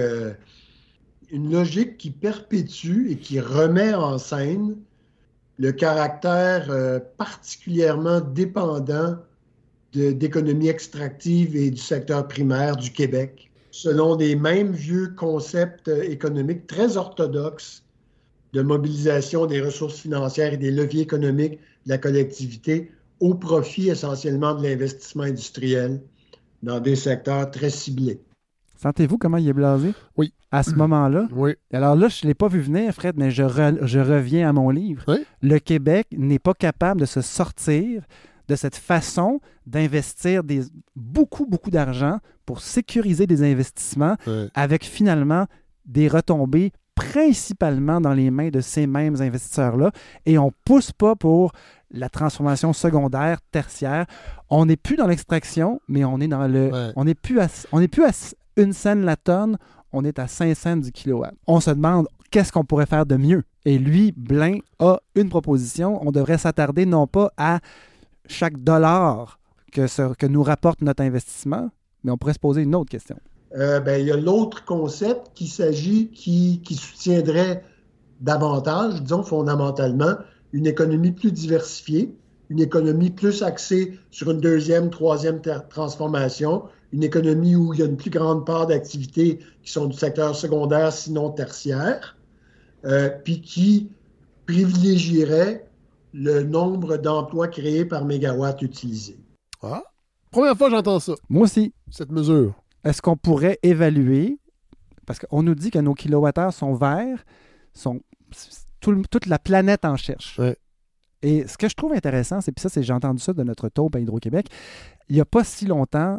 qui perpétue et qui remet en scène le caractère particulièrement dépendant d'économie extractive et du secteur primaire du Québec, selon des mêmes vieux concepts économiques très orthodoxes de mobilisation des ressources financières et des leviers économiques de la collectivité au profit essentiellement de l'investissement industriel dans des secteurs très ciblés. Sentez-vous comment il est blasé? Oui. À ce moment-là? Oui. Alors là, je ne l'ai pas vu venir, Fred, mais je reviens à mon livre. Oui. Le Québec n'est pas capable de se sortir de cette façon d'investir beaucoup, beaucoup d'argent pour sécuriser des investissements avec finalement des retombées principalement dans les mains de ces mêmes investisseurs-là. Et on ne pousse pas pour la transformation secondaire, tertiaire. On n'est plus dans l'extraction, mais on est dans on n'est plus à 1 cent la tonne, on est à 5 cents du kilowatt. On se demande qu'est-ce qu'on pourrait faire de mieux. Et lui, Blain, a une proposition. On devrait s'attarder non pas à chaque dollar que nous rapporte notre investissement, mais on pourrait se poser une autre question. Il y a l'autre concept qui soutiendrait davantage, disons fondamentalement, une économie plus diversifiée, une économie plus axée sur une deuxième, troisième transformation, une économie où il y a une plus grande part d'activités qui sont du secteur secondaire, sinon tertiaire, puis qui privilégierait le nombre d'emplois créés par mégawatt utilisé. Ah, première fois que j'entends ça. Moi aussi. Cette mesure. Est-ce qu'on pourrait évaluer, parce qu'on nous dit que nos kilowattheures sont verts, toute la planète en cherche. Ouais. Et ce que je trouve intéressant, j'ai entendu ça de notre taupe à Hydro-Québec, il n'y a pas si longtemps,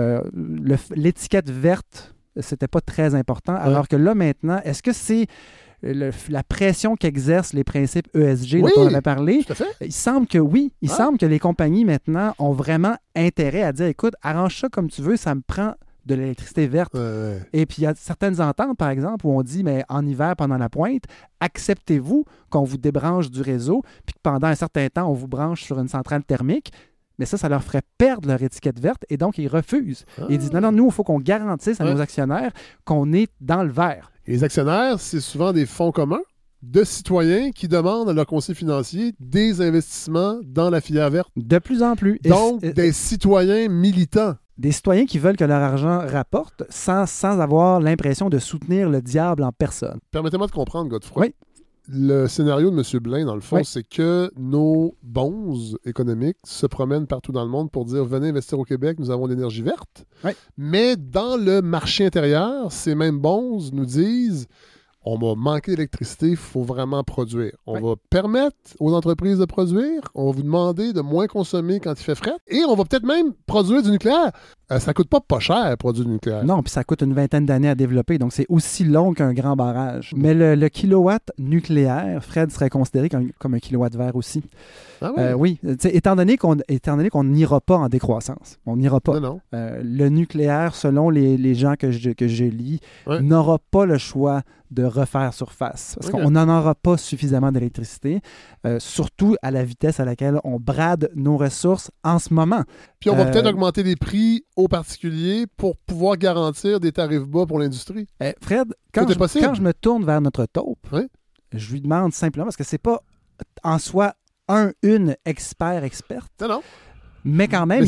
l'étiquette verte, c'était pas très important, alors que là, maintenant, est-ce que c'est la pression qu'exercent les principes ESG dont on avait parlé? Tout à fait. Il semble que oui. Il semble que les compagnies, maintenant, ont vraiment intérêt à dire, écoute, arrange ça comme tu veux, ça me prend de l'électricité verte. Et puis, il y a certaines ententes, par exemple, où on dit, mais en hiver, pendant la pointe, acceptez-vous qu'on vous débranche du réseau, puis que pendant un certain temps, on vous branche sur une centrale thermique, mais ça leur ferait perdre leur étiquette verte, et donc ils refusent. Ils disent, non, nous, il faut qu'on garantisse à nos actionnaires qu'on est dans le vert. Et les actionnaires, c'est souvent des fonds communs de citoyens qui demandent à leur conseil financier des investissements dans la filière verte. De plus en plus. Donc, des citoyens militants. Des citoyens qui veulent que leur argent rapporte sans avoir l'impression de soutenir le diable en personne. Permettez-moi de comprendre, Godefroy. Oui. Le scénario de M. Blain, dans le fond, c'est que nos bonzes économiques se promènent partout dans le monde pour dire « Venez investir au Québec, nous avons l'énergie verte. » Mais dans le marché intérieur, ces mêmes bonzes nous disent « On va manquer d'électricité, il faut vraiment produire. On va permettre aux entreprises de produire, on va vous demander de moins consommer quand il fait fret, et on va peut-être même produire du nucléaire. » Ça coûte pas cher, produire du nucléaire. Non, puis ça coûte une vingtaine d'années à développer, donc c'est aussi long qu'un grand barrage. Mais le kilowatt nucléaire, Fred, serait considéré comme un kilowatt vert aussi. Ah oui? Oui, étant donné qu'on n'ira pas en décroissance, on n'ira pas. Non. Le nucléaire, selon les gens que je lis, n'aura pas le choix de refaire surface. Parce qu'on n'en aura pas suffisamment d'électricité, surtout à la vitesse à laquelle on brade nos ressources en ce moment. Puis on va peut-être augmenter les prix aux particuliers pour pouvoir garantir des tarifs bas pour l'industrie. Fred, quand je me tourne vers notre taupe, je lui demande simplement, parce que c'est pas en soi une experte. Non. Mais quand même,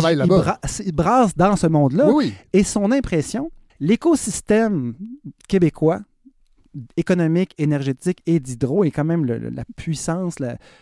il brasse dans ce monde-là. Oui. Et son impression, l'écosystème québécois, économique, énergétique et d'hydro, et quand même la puissance,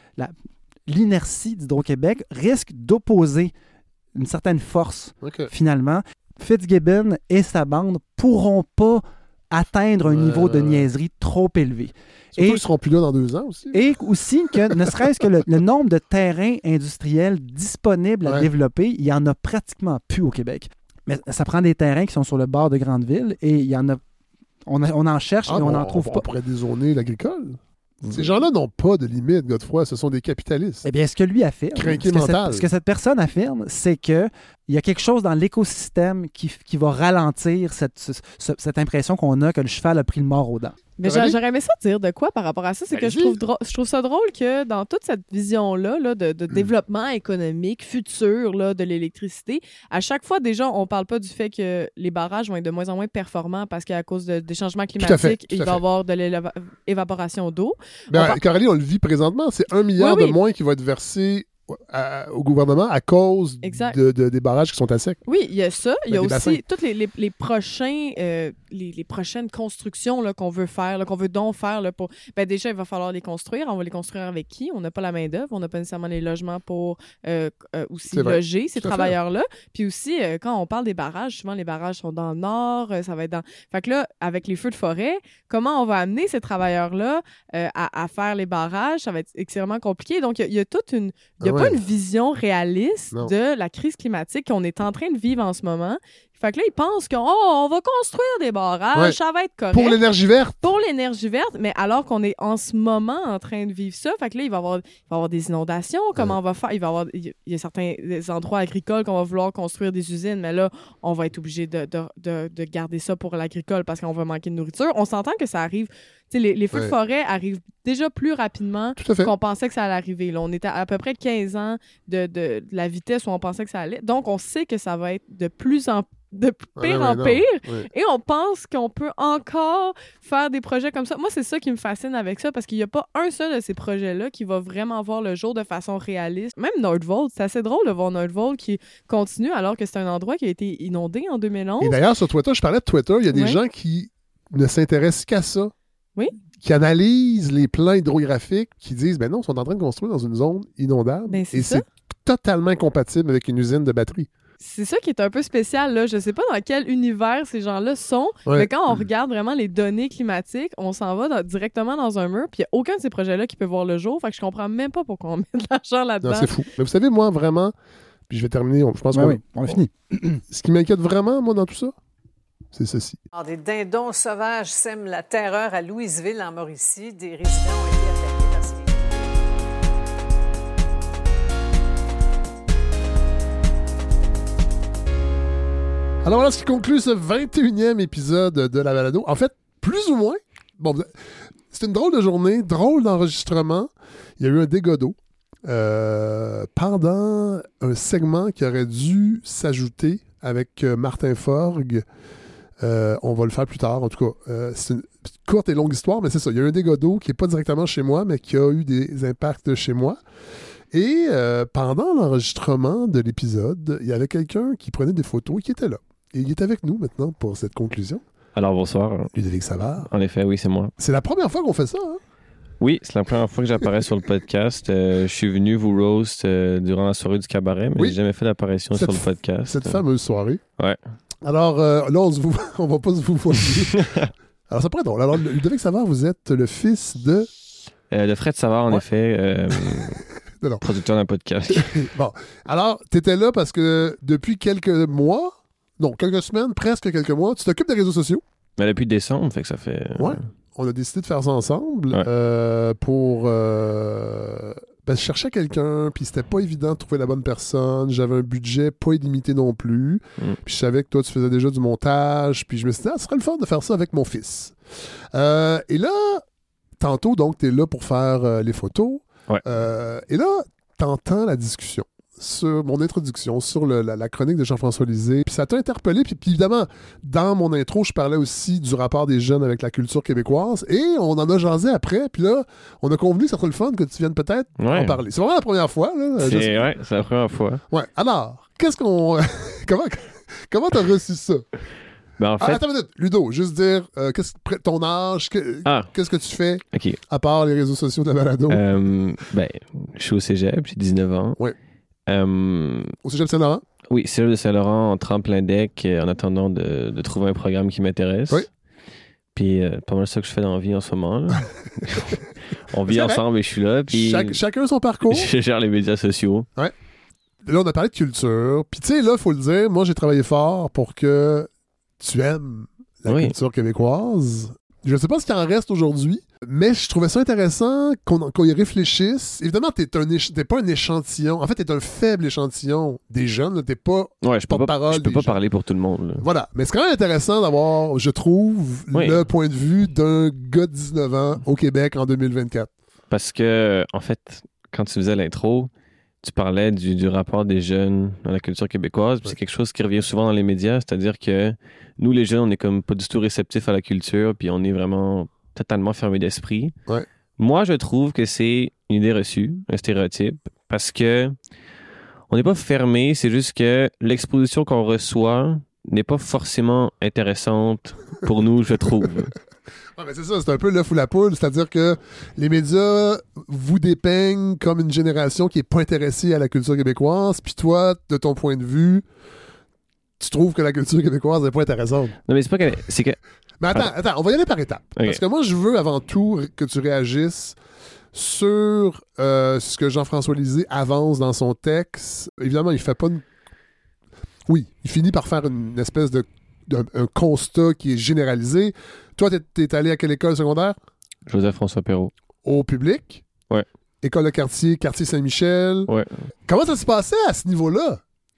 l'inertie d'Hydro-Québec risque d'opposer une certaine force, finalement. Fitzgibbon et sa bande pourront pas atteindre un niveau de niaiserie trop élevé. Surtout qu'ils seront plus là dans 2 ans aussi. Et aussi, que ne serait-ce que le nombre de terrains industriels disponibles à développer, il n'y en a pratiquement plus au Québec. Mais ça prend des terrains qui sont sur le bord de grandes villes et il y en a. On en cherche et on n'en trouve pas. On pourrait dézoner l'agricole. Ces gens-là n'ont pas de limite, Godefroy. Ce sont des capitalistes. Eh bien, ce que lui affirme, ce que cette personne affirme, c'est qu'il y a quelque chose dans l'écosystème qui va ralentir cette impression qu'on a que le cheval a pris le mort aux dents. Mais j'aurais aimé ça dire de quoi par rapport à ça. C'est que je trouve ça drôle que dans toute cette vision-là de développement économique futur de l'électricité, à chaque fois, déjà, on ne parle pas du fait que les barrages vont être de moins en moins performants parce qu'à cause des changements climatiques, il va y avoir de l'évaporation d'eau. Coralie, on le vit présentement. C'est 1 milliard de moins qui va être versé au gouvernement à cause des barrages qui sont à sec. Oui, il y a ça. Il y a aussi toutes les prochaines constructions qu'on veut faire, qu'on veut donc faire. Pour... déjà, il va falloir les construire. On va les construire avec qui? On n'a pas la main-d'œuvre. On n'a pas nécessairement les logements pour aussi loger ces travailleurs-là. Puis aussi, quand on parle des barrages, souvent les barrages sont dans le nord. Ça va être dans... Fait que là, avec les feux de forêt, comment on va amener ces travailleurs-là à faire les barrages? Ça va être extrêmement compliqué. Donc, il y a toute une... pas une vision réaliste de la crise climatique qu'on est en train de vivre en ce moment. Fait que là, ils pensent qu'on va construire des barrages, ça va être correct. Pour l'énergie verte. Pour l'énergie verte, mais alors qu'on est en ce moment en train de vivre ça, fait que là, il va y avoir des inondations. Comment on va faire? Il y a certains endroits agricoles qu'on va vouloir construire des usines, mais là, on va être obligé de garder ça pour l'agricole parce qu'on va manquer de nourriture. On s'entend que ça arrive... Les feux de forêt arrivent déjà plus rapidement qu'on pensait que ça allait arriver. Là, on était à peu près 15 ans de la vitesse où on pensait que ça allait. Donc, on sait que ça va être de pire en pire. Et on pense qu'on peut encore faire des projets comme ça. Moi, c'est ça qui me fascine avec ça, parce qu'il n'y a pas un seul de ces projets-là qui va vraiment voir le jour de façon réaliste. Même Nordvolt, c'est assez drôle de voir Nordvolt qui continue alors que c'est un endroit qui a été inondé en 2011. Et d'ailleurs, sur Twitter, je parlais de Twitter, il y a des gens qui ne s'intéressent qu'à ça. Oui. Qui analysent les plans hydrographiques, qui disent, non, ils sont en train de construire dans une zone inondable. Et c'est totalement incompatible avec une usine de batterie. C'est ça qui est un peu spécial, là. Je sais pas dans quel univers ces gens-là sont, mais quand on regarde vraiment les données climatiques, on s'en va directement dans un mur, puis il n'y a aucun de ces projets-là qui peut voir le jour. Fait que je comprends même pas pourquoi on met de l'argent là-dedans. Non, c'est fou. Mais vous savez, moi, vraiment, puis je vais terminer, je pense on a fini. Ce qui m'inquiète vraiment, moi, dans tout ça, c'est ceci. Alors, des dindons sauvages sèment la terreur à Louisville, en Mauricie. Des résidents ont été attaqués par ces... Alors voilà ce qui conclut ce 21e épisode de la balado. En fait, plus ou moins. Bon, c'est une drôle de journée, drôle d'enregistrement. Il y a eu un dégât d'eau pendant un segment qui aurait dû s'ajouter avec Martin Forgue. On va le faire plus tard. En tout cas, c'est une courte et longue histoire, mais c'est ça. Il y a eu un dégât d'eau qui n'est pas directement chez moi, mais qui a eu des impacts chez moi. Et pendant l'enregistrement de l'épisode, il y avait quelqu'un qui prenait des photos et qui était là. Et il est avec nous maintenant pour cette conclusion. Alors, bonsoir. Ludovic Savard. En effet, oui, c'est moi. C'est la première fois qu'on fait ça, hein? Oui, c'est la première fois que j'apparais sur le podcast. Je suis venu vous roast durant la soirée du cabaret, mais j'ai jamais fait d'apparition sur le podcast. Cette fameuse soirée. Ouais. Alors, là, on va pas se vous voir. Alors, ça pourrait être drôle. Alors, Ludovic Savard, vous êtes le fils de... de Fred Savard, en effet. Non. Producteur d'un podcast. Bon. Alors, t'étais là parce que depuis quelques mois... Non, quelques semaines, presque quelques mois, tu t'occupes des réseaux sociaux. Mais depuis décembre, fait que ça fait... Ouais. On a décidé de faire ça ensemble pour... je cherchais quelqu'un, puis c'était pas évident de trouver la bonne personne. J'avais un budget pas illimité non plus. Puis je savais que toi, tu faisais déjà du montage. Puis je me suis dit, ce serait le fun de faire ça avec mon fils. Et là, tantôt, donc, t'es là pour faire les photos. Ouais. Et là, t'entends la discussion sur mon introduction, sur la chronique de Jean-François Lisée. Puis ça t'a interpellé. Puis évidemment, dans mon intro, je parlais aussi du rapport des jeunes avec la culture québécoise. Et on en a jasé après. Puis là, on a convenu que ça serait le fun que tu viennes peut-être en parler. C'est vraiment la première fois. Là, c'est la première fois. Ouais. Alors, qu'est-ce qu'on... Comment t'as reçu ça? Ben, en fait... Attends une minute. Ludo, juste dire ton âge, qu'est-ce que tu fais à part les réseaux sociaux de la balado? Je suis au cégep, j'ai 19 ans. Oui. Au cégep Saint-Laurent? Oui, cégep de Saint-Laurent en tremplin deck en attendant de trouver un programme qui m'intéresse. Oui. Puis pas mal ça que je fais dans la vie en ce moment. Là. On vit ensemble et je suis là. Puis chacun son parcours. Je gère les médias sociaux. Ouais. Là, on a parlé de culture. Puis tu sais, là, il faut le dire, moi, j'ai travaillé fort pour que tu aimes la culture québécoise. Je ne sais pas ce qu'il en reste aujourd'hui, mais je trouvais ça intéressant qu'on y réfléchisse. Évidemment, t'es pas un échantillon. En fait, t'es un faible échantillon des jeunes. T'es pas porte-parole. Je peux pas parler pour tout le monde. Là. Voilà. Mais c'est quand même intéressant d'avoir, je trouve, le point de vue d'un gars de 19 ans au Québec en 2024. Parce que, en fait, quand tu faisais l'intro, tu parlais du rapport des jeunes dans la culture québécoise. C'est quelque chose qui revient souvent dans les médias, c'est-à-dire que nous, les jeunes, on est comme pas du tout réceptifs à la culture, puis on est vraiment totalement fermé d'esprit. Ouais. Moi, je trouve que c'est une idée reçue, un stéréotype, parce que on n'est pas fermé, c'est juste que l'exposition qu'on reçoit n'est pas forcément intéressante pour nous, je trouve. Ouais, mais c'est ça, c'est un peu l'œuf ou la poule, c'est-à-dire que les médias vous dépeignent comme une génération qui est pas intéressée à la culture québécoise, puis toi, de ton point de vue, tu trouves que la culture québécoise n'est pas intéressante. Non, mais c'est pas que... c'est que... Mais attends, on va y aller par étapes. Okay. Parce que moi, je veux avant tout que tu réagisses sur ce que Jean-François Lisée avance dans son texte. Évidemment, il fait pas une... Oui, il finit par faire une espèce un constat qui est généralisé. Toi, t'es allé à quelle école secondaire? Joseph-François Perrault. Au public? Ouais. École de quartier Saint-Michel? Ouais. Comment ça se passait à ce niveau-là?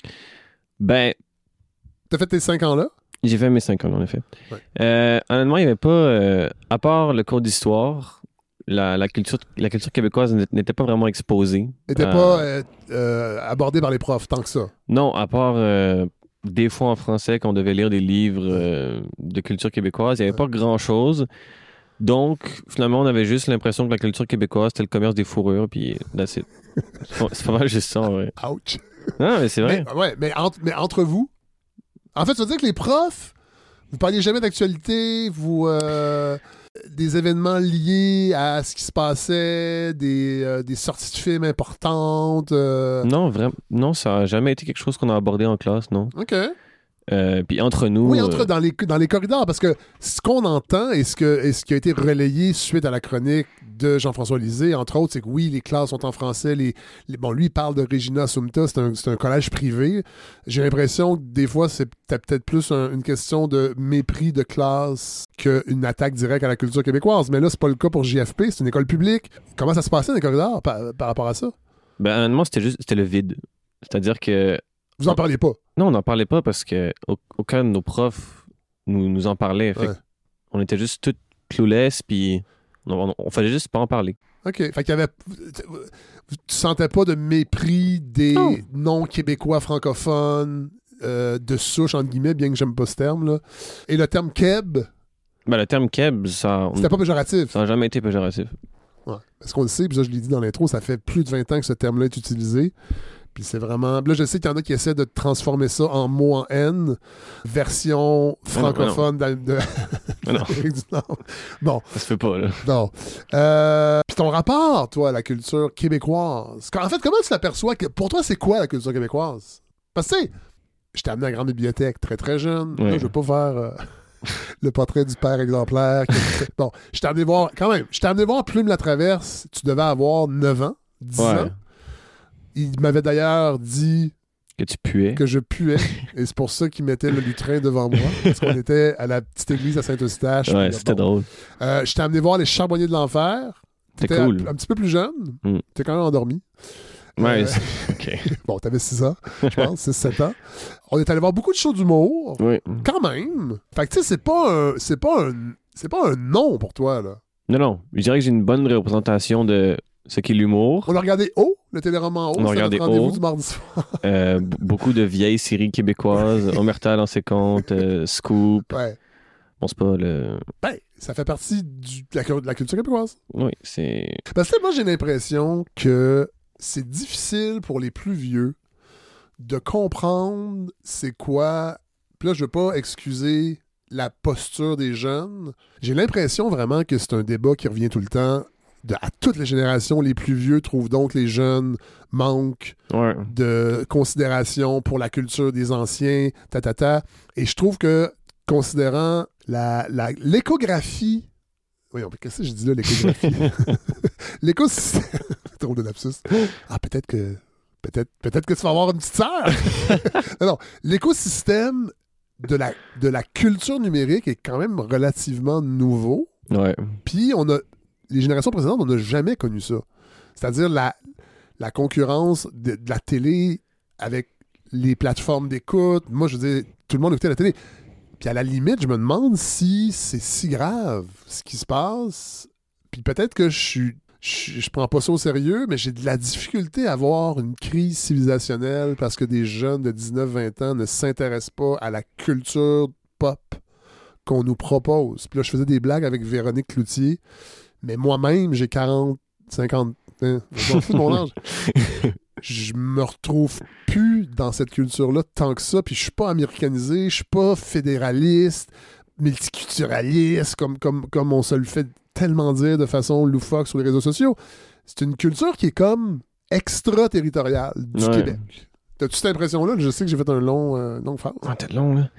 Ben... T'as fait tes 5 ans là? J'ai fait mes 5 ans, en effet. Ouais. Honnêtement, il n'y avait pas... à part le cours d'histoire, la culture québécoise n'était pas vraiment exposée. N'était pas abordée par les profs, tant que ça? Non, à part... des fois en français, quand on devait lire des livres de culture québécoise, il n'y avait pas grand-chose. Donc, finalement, on avait juste l'impression que la culture québécoise, c'était le commerce des fourrures, puis c'est pas mal juste ça, ouais. Ouch! Non, mais c'est vrai. Mais entre vous, en fait, ça veut dire que les profs, vous parliez jamais d'actualité, vous... des événements liés à ce qui se passait, des sorties de films importantes? Non, vraiment. Non, ça n'a jamais été quelque chose qu'on a abordé en classe, non. OK. Puis entre nous... Oui, dans les corridors, parce que ce qu'on entend et ce qui a été relayé suite à la chronique de Jean-François Lisée, entre autres, c'est que oui, les classes sont en français. Bon, lui, il parle de Regina Assumpta, c'est un collège privé. J'ai l'impression que des fois, c'est peut-être plus une question de mépris de classe qu'une attaque directe à la culture québécoise. Mais là, c'est pas le cas pour JFP, c'est une école publique. Comment ça se passait dans les corridors par rapport à ça? Ben, honnêtement, c'était le vide. C'est-à-dire que... Vous en parliez pas? Non, on n'en parlait pas parce que aucun de nos profs nous en parlait. Fait on était juste tous clueless, puis on fallait juste pas en parler. OK. Fait qu'il y avait... Tu sentais pas de mépris des non-québécois francophones de souche, entre guillemets, bien que j'aime pas ce terme-là. Et le terme Keb? Ben, le terme Keb, ça... C'était pas péjoratif? Ça n'a jamais été péjoratif. Ouais. Parce qu'on le sait, puis ça, je l'ai dit dans l'intro, ça fait plus de 20 ans que ce terme-là est utilisé. Puis c'est vraiment... Là, je sais qu'il y en a qui essaient de transformer ça en mot en N, version francophone d'Amérique du Nord. Bon. Ça se fait pas, là. Non. Puis ton rapport, toi, à la culture québécoise, en fait, comment tu l'aperçois? Pour toi, c'est quoi la culture québécoise? Parce que, tu sais, je t'ai amené à la grande bibliothèque très, très jeune. Oui. Là, je veux pas faire... le portrait du père exemplaire. Bon, je t'ai amené voir... Quand même, je t'ai amené voir Plume la Traverse. Tu devais avoir 9 ans, 10 ans. Il m'avait d'ailleurs dit que tu puais. Que je puais. Et c'est pour ça qu'il mettait le lutrin devant moi. Parce qu'on était à la petite église à Saint-Eustache. Ouais, c'était drôle. Je t'ai amené voir Les Charbonniers de l'Enfer. C'était cool. Un petit peu plus jeune. T'es quand même endormi. Ouais, OK. Bon, t'avais 6 ans, je pense, 6-7 ans. On est allé voir beaucoup de shows d'humour. Oui. Quand même. Fait que tu sais, c'est pas un nom pour toi, là. Non. Je dirais que j'ai une bonne représentation de ce qu'est l'humour. On a regardé le téléroman On a regardé rendez-vous du mardi soir. Beaucoup de vieilles séries québécoises. Omerta dans ses comptes, Scoop. Ouais. Bon, c'est pas le... Ben, ça fait partie de la culture québécoise. Oui, c'est... Parce que moi, j'ai l'impression que c'est difficile pour les plus vieux de comprendre c'est quoi... Puis là, je veux pas excuser la posture des jeunes. J'ai l'impression vraiment que c'est un débat qui revient tout le temps. À toutes les générations, les plus vieux trouvent donc que les jeunes manquent de considération pour la culture des anciens, Et je trouve que, considérant l'échographie... Voyons, qu'est-ce que je dis là, l'échographie? L'écosystème... Drôle de lapsus. Ah, peut-être que tu vas avoir une petite sœur! Non, l'écosystème de la culture numérique est quand même relativement nouveau. Ouais. Puis, les générations précédentes, on n'a jamais connu ça. C'est-à-dire la concurrence de la télé avec les plateformes d'écoute. Moi, je veux dire, tout le monde écoutait la télé. Puis à la limite, je me demande si c'est si grave ce qui se passe. Puis peut-être que je prends pas ça au sérieux, mais j'ai de la difficulté à voir une crise civilisationnelle parce que des jeunes de 19-20 ans ne s'intéressent pas à la culture pop qu'on nous propose. Puis là, je faisais des blagues avec Véronique Cloutier. Mais moi-même, j'ai 40, 50... je m'en fous de mon âge. Je me retrouve plus dans cette culture-là tant que ça, puis je suis pas américanisé, je suis pas fédéraliste, multiculturaliste, comme on se le fait tellement dire de façon loufoque sur les réseaux sociaux. C'est une culture qui est comme extraterritoriale du Québec. T'as-tu cette impression-là? Je sais que j'ai fait un longue phrase. Ah, t'es long, là.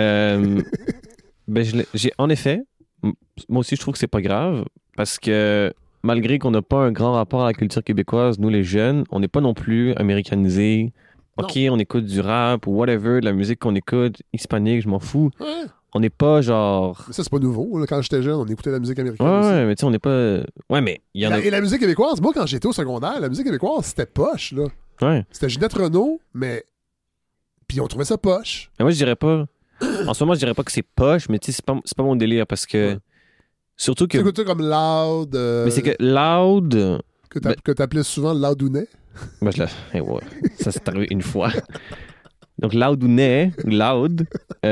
Ben, j'ai en effet... Moi aussi, je trouve que c'est pas grave parce que malgré qu'on n'a pas un grand rapport à la culture québécoise, nous, les jeunes, on n'est pas non plus américanisés. OK, on écoute du rap ou whatever, de la musique qu'on écoute, hispanique, je m'en fous. Ouais. On n'est pas genre... Mais ça, c'est pas nouveau. Là, quand j'étais jeune, on écoutait la musique américaine aussi. Ouais, mais tu sais, on n'est pas... Ouais, mais il y en a... Et la musique québécoise, moi, quand j'étais au secondaire, la musique québécoise, c'était poche, là. Ouais. C'était Ginette Renault, mais... Puis on trouvait ça poche. Mais moi, je dirais pas... En ce moment, je dirais pas que c'est poche, mais tu sais, c'est pas mon délire parce que... Ouais. Surtout que... Tu écoutes ça comme Loud... Mais c'est que Loud... Que t'appelais souvent Loudounet. Ben, ouais. Ça, c'est arrivé une fois. Donc, Loudounet, Loud...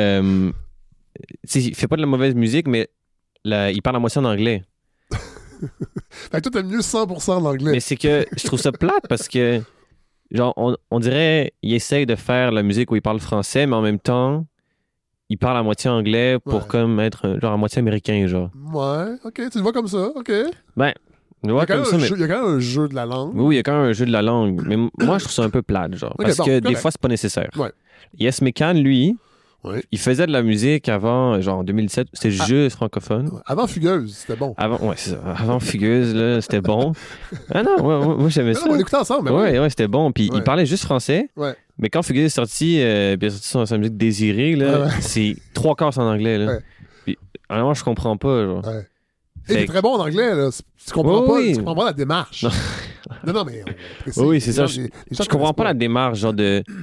il fait pas de la mauvaise musique, mais il parle à moitié en anglais. Fait que toi, t'aimes mieux 100% en anglais. Mais c'est que je trouve ça plate parce que, genre, on dirait il essaye de faire la musique où il parle français, mais en même temps, il parle à moitié anglais pour comme être genre à moitié américain, genre. Ouais, ok, tu le vois comme ça, ok. Ben, je le vois comme ça, mais... Il y a quand même un jeu de la langue. Oui, il y a quand même un jeu de la langue. Mais moi, je trouve ça un peu plate, genre. Okay, parce bon, que correct. des fois, c'est pas nécessaire. Ouais. Yes Mekan, lui, ouais. il faisait de la musique avant, genre en 2007. C'était juste francophone. Ouais. Avant Fugueuse, c'était bon. Ouais, c'est ça. Avant Fugueuse, là, c'était bon. Ah non, moi j'aimais ça. On l'écoutait ensemble, mais ouais, c'était bon. Puis il parlait juste français. Ouais. Mais quand Fugueuse est sorti, puis il a sorti sa musique Désirée, là, c'est 3/4 en anglais, là. Ouais. Puis vraiment, je comprends pas, genre. Ouais. Et t'es très bon en anglais, là. Tu comprends pas, tu comprends pas la démarche. non, mais... Oui, c'est ça. Je comprends pas la démarche, genre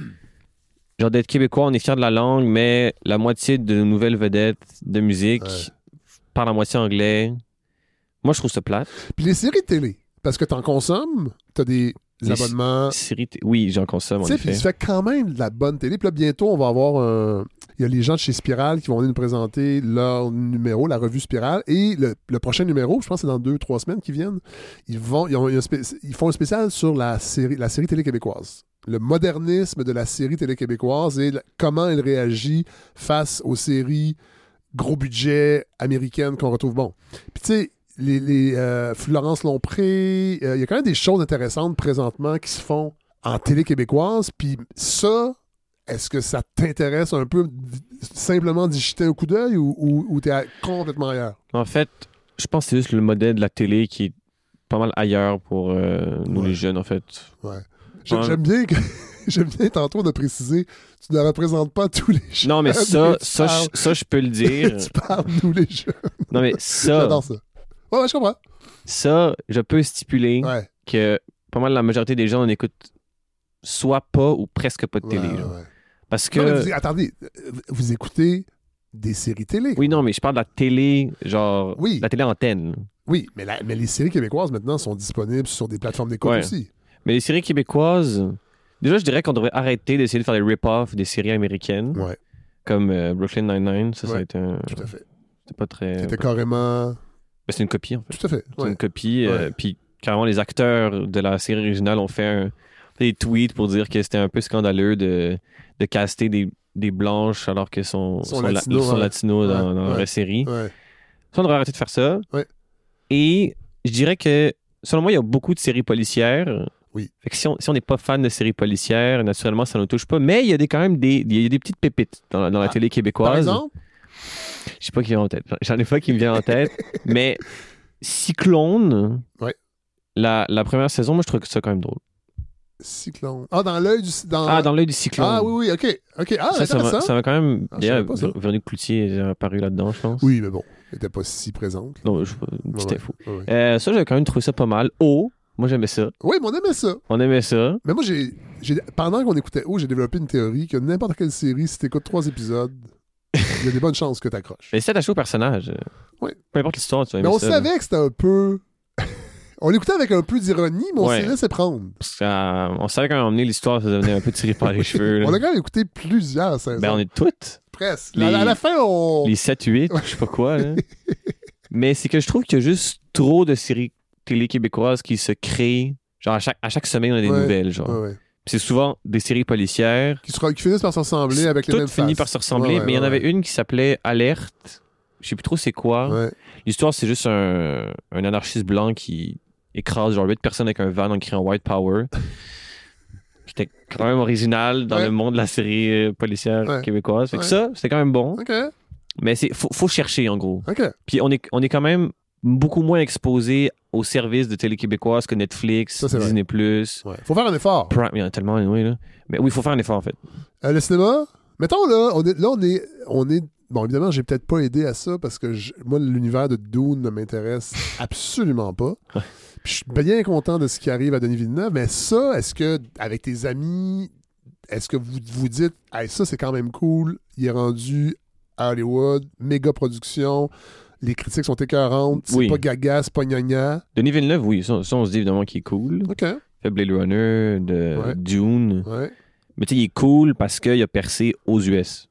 d'être québécois, on est fiers de la langue, mais la moitié de nos nouvelles vedettes de musique parlent à moitié anglais. Moi, je trouve ça plate. Puis les séries de télé, parce que t'en consommes, t'as des abonnements. Oui, j'en consomme, en effet. Puis il se fait quand même de la bonne télé. Puis là, bientôt, on va avoir il y a les gens de chez Spiral qui vont venir nous présenter leur numéro, la revue Spiral. Et le prochain numéro, je pense que c'est dans 2-3 semaines qui viennent, ils font un spécial sur la série télé québécoise. Le modernisme de la série télé québécoise et comment elle réagit face aux séries gros budget américaines qu'on retrouve. Bon. Puis tu sais, les Florence Lompré, il y a quand même des choses intéressantes présentement qui se font en télé québécoise. Puis ça, est-ce que ça t'intéresse un peu simplement d'y jeter un coup d'œil ou t'es complètement ailleurs? En fait, je pense que c'est juste le modèle de la télé qui est pas mal ailleurs pour nous les jeunes, en fait. Ouais. J'aime bien tantôt de préciser, tu ne représentes pas tous les jeunes. Non, mais ça, je peux le dire. Tu parles nous les jeunes. Non, mais ça... J'adore ça. Ouais, je comprends. Ça, je peux stipuler que pas mal la majorité des gens, on écoute soit pas ou presque pas de télé. Ouais. Parce que... Non, attendez, vous écoutez des séries télé. Oui, non, mais je parle de la télé, genre la télé antenne. Oui, mais les séries québécoises maintenant sont disponibles sur des plateformes d'écoute aussi. Mais les séries québécoises, déjà, je dirais qu'on devrait arrêter d'essayer de faire des rip-offs des séries américaines. Ouais. Comme Brooklyn Nine-Nine. Ça a été un... Tout à fait. C'était pas très... C'était carrément... Ben, c'est une copie, en fait. Tout à fait. C'est une copie. Puis, carrément, les acteurs de la série originale ont fait des tweets pour dire que c'était un peu scandaleux de caster des blanches alors qu'ils sont latinos dans la série. Ouais. Ça, on devrait arrêter de faire ça. Ouais. Et je dirais que, selon moi, il y a beaucoup de séries policières. Oui. Fait que si on n'est pas fan de séries policières, naturellement, ça ne nous touche pas. Mais il y a quand même des petites pépites dans la télé québécoise. Par exemple? Je sais pas qui vient en tête. J'en ai pas qui me vient en tête. Mais Cyclone, la première saison, moi, je trouve ça quand même drôle. Cyclone. Ah, dans l'œil du... dans l'œil du cyclone. Ah oui, OK. Ah, ça va quand même... D'ailleurs, Véronique Cloutier est apparue là-dedans, je pense. Oui, mais bon, elle n'était pas si présente. Non, une petite info. Ça, j'avais quand même trouvé ça pas mal. Moi, j'aimais ça. Oui, mais on aimait ça. Mais moi, pendant qu'on écoutait j'ai développé une théorie que n'importe quelle série, si t'écoutes 3 épisodes, il y a des bonnes chances que t'accroches. Mais si t'attaches au personnage, peu importe l'histoire, tu vas aimer ça. Mais on savait que c'était un peu... On l'écoutait avec un peu d'ironie, mais on s'est laissé prendre. Parce qu'on savait qu'à un moment donné, l'histoire, ça devenait un peu tiré par les cheveux. On a quand même écouté plusieurs saisons. Ben, on est toutes. Presque. À la fin, on... Les 7-8, je sais pas quoi. Là. Mais c'est que je trouve qu'il y a juste trop de séries télé québécoises qui se créent. Genre, à chaque semaine, on a des nouvelles. Genre. Puis c'est souvent des séries policières. Qui finissent par se ressembler avec les mêmes faces. Tout finit par se ressembler. Mais il y en avait une qui s'appelait Alerte. Je sais plus trop c'est quoi. L'histoire, c'est juste un anarchiste blanc qui écrase genre 8 personnes avec un van en criant White Power. C'était quand même original dans le monde de la série policière québécoise. Fait que ça, c'était quand même bon. Mais faut chercher, en gros. Puis on est quand même beaucoup moins exposé aux services de télé québécoise que Netflix, Disney+. Faut faire un effort. Prime, il y en a tellement, là. Mais oui, il faut faire un effort, en fait. Le cinéma, mettons, là, on est bon, évidemment, j'ai peut-être pas aidé à ça parce que moi, l'univers de Dune ne m'intéresse absolument pas. Puis je suis bien content de ce qui arrive à Denis Villeneuve, mais ça, est-ce que, avec tes amis, est-ce que vous vous dites, hey, ça, c'est quand même cool, il est rendu à Hollywood, méga production, les critiques sont écœurantes, c'est pas gaga, c'est pas gnagna. Denis Villeneuve, oui, ça, on se dit évidemment qu'il est cool. Fait Blade Runner, de Dune. Mais tu sais, il est cool parce qu'il a percé aux US.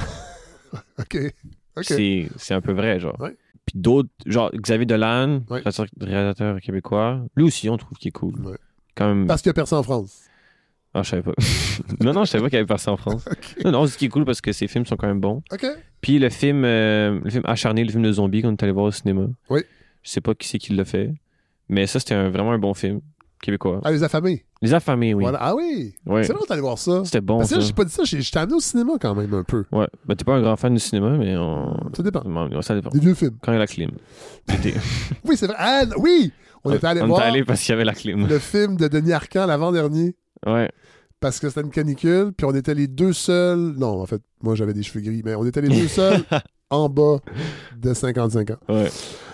C'est un peu vrai, genre. Puis d'autres, genre Xavier Dolan, réalisateur québécois, lui aussi, on trouve qu'il est cool. Quand même... Parce qu'il a percé en France. Ah, je savais pas. non, je savais pas qu'il avait passé en France. Okay. Non, ce qui est cool parce que ces films sont quand même bons. OK. Puis le film Acharné, le film de zombies qu'on est allé voir au cinéma. Oui. Je sais pas qui c'est qui l'a fait. Mais ça, c'était vraiment un bon film québécois. Ah, Les Affamés. Les Affamés, oui. Voilà. Ah oui. Ouais. C'est vrai que t'allais voir ça. C'était bon. Parce que ça. j'ai pas dit ça, je t'ai amené au cinéma quand même un peu. Ouais. Ben, t'es pas un grand fan du cinéma, mais Ça dépend. Ça dépend. Des vieux films. Quand il y a la clim. Oui, c'est vrai. Ah, oui! On était allé voir. On était allé parce qu'il y avait la clim. Le film de Denis Arcand l'avant-dernier. Ouais. Parce que c'était une canicule, puis on était les deux seuls. Non, en fait, moi j'avais des cheveux gris, mais on était les deux seuls en bas de 55 ans. Ouais.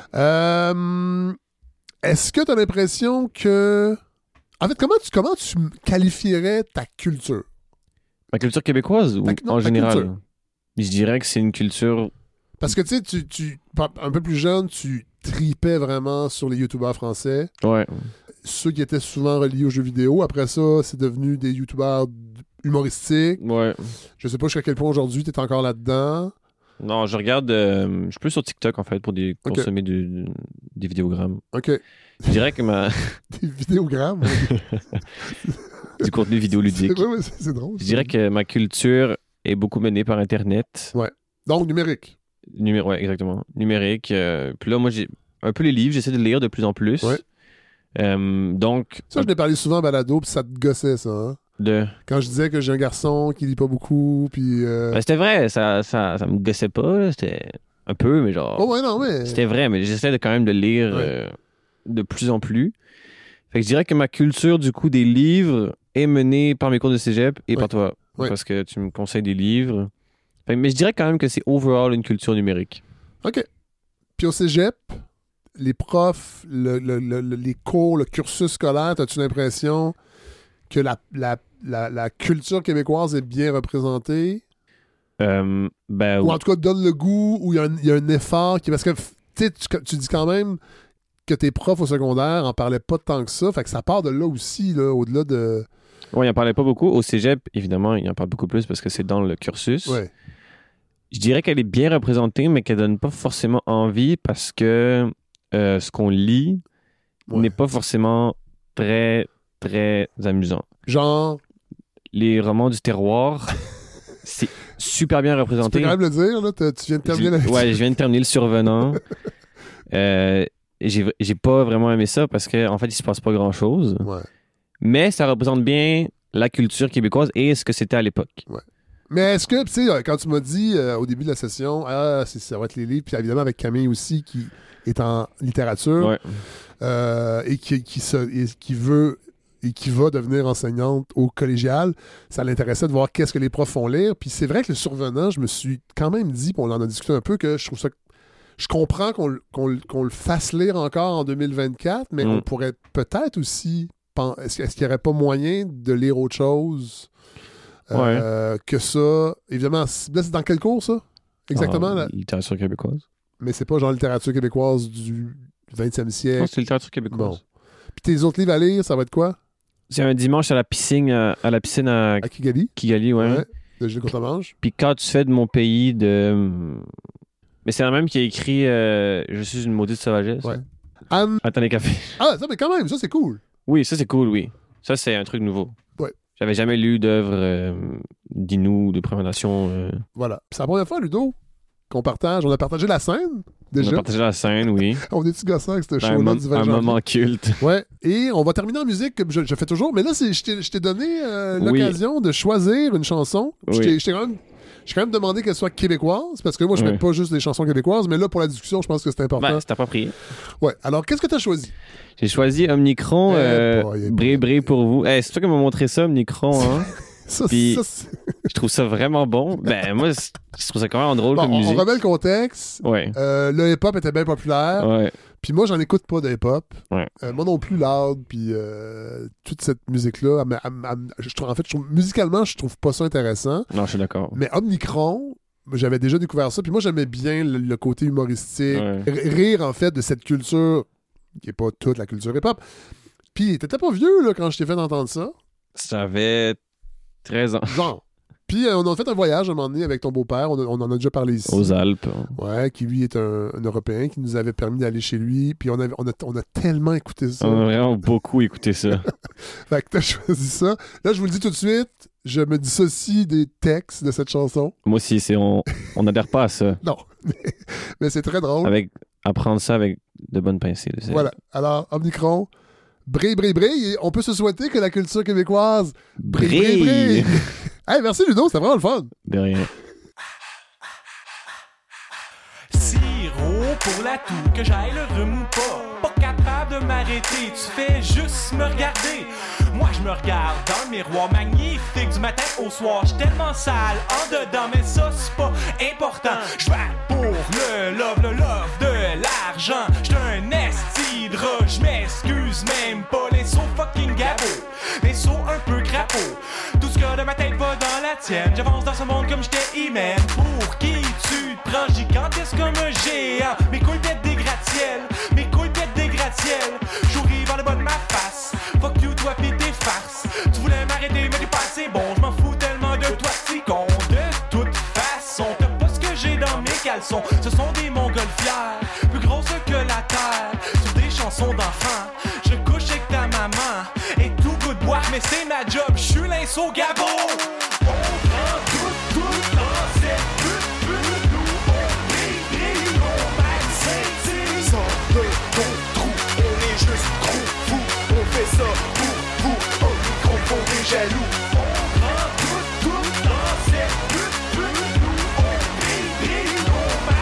Est-ce que tu as l'impression que. En fait, comment tu qualifierais ta culture? Ma culture québécoise ou en général? Culture. Je dirais que c'est une culture. Parce que tu sais, un peu plus jeune, tu tripais vraiment sur les youtubeurs français. Ouais. Ceux qui étaient souvent reliés aux jeux vidéo. Après ça, c'est devenu des youtubeurs humoristiques. Ouais. Je sais pas jusqu'à quel point aujourd'hui tu es encore là-dedans. Non, je regarde. Je suis plus sur TikTok en fait pour consommer des vidéogrammes. OK. Je dirais que ma. Des vidéogrammes? Du contenu vidéoludique. Oui, c'est drôle. Je dirais que ma culture est beaucoup menée par Internet. Ouais. Donc, numérique. Ouais, exactement. Numérique. Puis là, moi, j'ai un peu les livres, j'essaie de lire de plus en plus. Ouais. Donc. Ça, je l'ai parlé souvent à balado, puis ça te gossait, ça. Hein? Quand je disais que j'ai un garçon qui lit pas beaucoup, puis. Ben, c'était vrai, ça me gossait pas, là. C'était un peu, mais genre. Oh, ouais, non, mais. C'était vrai, mais j'essaie quand même de lire de plus en plus. Fait que je dirais que ma culture, du coup, des livres est menée par mes cours de cégep et par toi. Ouais. Parce que tu me conseilles des livres. Fait, mais je dirais quand même que c'est overall une culture numérique. OK. Puis au cégep, les profs, les cours, le cursus scolaire, as-tu l'impression que la culture québécoise est bien représentée? Ben, ou en tout cas, donne le goût, ou il y a un effort. Parce que tu dis quand même que tes profs au secondaire en parlaient pas tant que ça. Fait que ça part de là aussi, là, au-delà de... Oui, il en parlait pas beaucoup. Au cégep, évidemment, il en parle beaucoup plus parce que c'est dans le cursus. Ouais. Je dirais qu'elle est bien représentée, mais qu'elle donne pas forcément envie parce que ce qu'on lit n'est pas forcément très, très amusant. Genre? Les romans du terroir, c'est super bien représenté. Tu peux quand même le dire, là? Tu viens de terminer Ouais, je viens de terminer Le Survenant. J'ai pas vraiment aimé ça parce qu'en fait, il se passe pas grand-chose. Ouais. Mais ça représente bien la culture québécoise et ce que c'était à l'époque. Ouais. Mais est-ce que, tu sais, quand tu m'as dit au début de la session, ça va être les livres, puis évidemment avec Camille aussi, qui est en littérature, et qui veut et qui va devenir enseignante au collégial, ça l'intéressait de voir qu'est-ce que les profs font lire. Puis c'est vrai que Le Survenant, je me suis quand même dit, puis on en a discuté un peu, que je trouve ça... Je comprends qu'on le fasse lire encore en 2024, mais on pourrait peut-être aussi... Est-ce qu'il n'y aurait pas moyen de lire autre chose que ça? Évidemment, là, c'est dans quel cours, ça? Exactement. La littérature québécoise. Mais c'est pas genre littérature québécoise du 20e siècle. Non, c'est littérature québécoise. Bon. Puis tes autres livres à lire, ça va être quoi? C'est un dimanche à la piscine à Kigali. Kigali, ouais. De Gilles Courtemanche. Puis quand tu fais de mon pays de... Mais c'est la même qui a écrit Je suis une maudite sauvagesse. Ouais. Attendez, café. Ah, ça, mais quand même, ça, c'est cool. Oui, ça, c'est cool, oui. Ça, c'est un truc nouveau. Ouais. J'avais jamais lu d'œuvres d'Inou ou de Première Nation. Voilà. C'est la première fois, Ludo, qu'on partage. On a partagé la scène, déjà. On a partagé la scène, oui. On est-tu gossant avec ce show-là du 20 janvier? Un moment culte. Ouais. Et on va terminer en musique, comme je fais toujours. Mais là, je t'ai donné l'occasion de choisir une chanson. Oui. J'ai quand même demandé qu'elle soit québécoise, parce que moi, je ne mets pas juste des chansons québécoises, mais là, pour la discussion, je pense que c'est important. Ben, c'est approprié. Ouais. Alors, qu'est-ce que tu as choisi? J'ai choisi Omnicron, Bré pour vous. Hey, c'est toi qui m'as montré ça, Omnicron, hein? Je trouve ça vraiment bon. Ben, moi, je trouve ça quand même drôle comme musique. On remet le contexte. Ouais. Le hip-hop était bien populaire. Ouais. Puis moi, j'en écoute pas de hip-hop. Ouais. Moi non plus, loud, puis toute cette musique-là, en fait, musicalement, je trouve pas ça intéressant. Non, je suis d'accord. Mais Omnicron, j'avais déjà découvert ça, puis moi, j'aimais bien le côté humoristique. Ouais. Rire, en fait, de cette culture, qui est pas toute la culture hip-hop. Puis t'étais pas vieux, là, quand je t'ai fait d'entendre ça. J'avais 13 ans. Genre. Puis on a fait un voyage à un moment donné avec ton beau-père, on en a déjà parlé ici. Aux Alpes. Ouais, qui lui est un Européen qui nous avait permis d'aller chez lui. Puis on a tellement écouté ça. On a vraiment beaucoup écouté ça. Fait que t'as choisi ça. Là, je vous le dis tout de suite, je me dissocie des textes de cette chanson. Moi aussi, on n'adhère pas à ça. Non, mais c'est très drôle. Apprendre ça avec de bonnes pincées. Voilà. Alors, Omnicron, brille, brille, brille. Et on peut se souhaiter que la culture québécoise brille, brille, brille. Hey, merci Ludo, c'était vraiment le fun. De rien. Sirop pour la toux, que j'aille le rhume ou pas. Pas capable de m'arrêter, tu fais juste me regarder. Moi je me regarde dans le miroir magnifique du matin au soir. J'suis tellement sale en dedans, mais ça c'est pas important. J'vais pour le love de l'argent. J'suis un esti de rat, j'm'excuse même pas. Les sauts fucking gabots, les sauts un peu crapauds. Tout ce que de ma tête va dans la tienne. J'avance dans ce monde comme j'étais He-Man. Pour qui tu te prends gigantesque comme un géant. Mes couilles pètent des gratte-ciel, mes couilles pètent des gratte-ciel. J'ouvris vers le bas de ma face. Fuck you, toi pis tes farces. Tu voulais m'arrêter, mais t'es pas assez bon. J'm'en fous tellement de toi, petit con. De toute façon, t'as pas ce que j'ai dans mes caleçons. Ce sont des montgolfières, plus grosses que la terre. Sur des chansons d'enfants, je couche avec ta maman. Et tout goût de boire, mais c'est ma job. J'suis l'inso gabo. On prend tout dans cette pute. Nous on brille, on va sort de ton trou. On est juste trop fou. On fait ça pour vous. Au micro pour des jaloux. On prend tout dans cette pute. Nous on brille, on va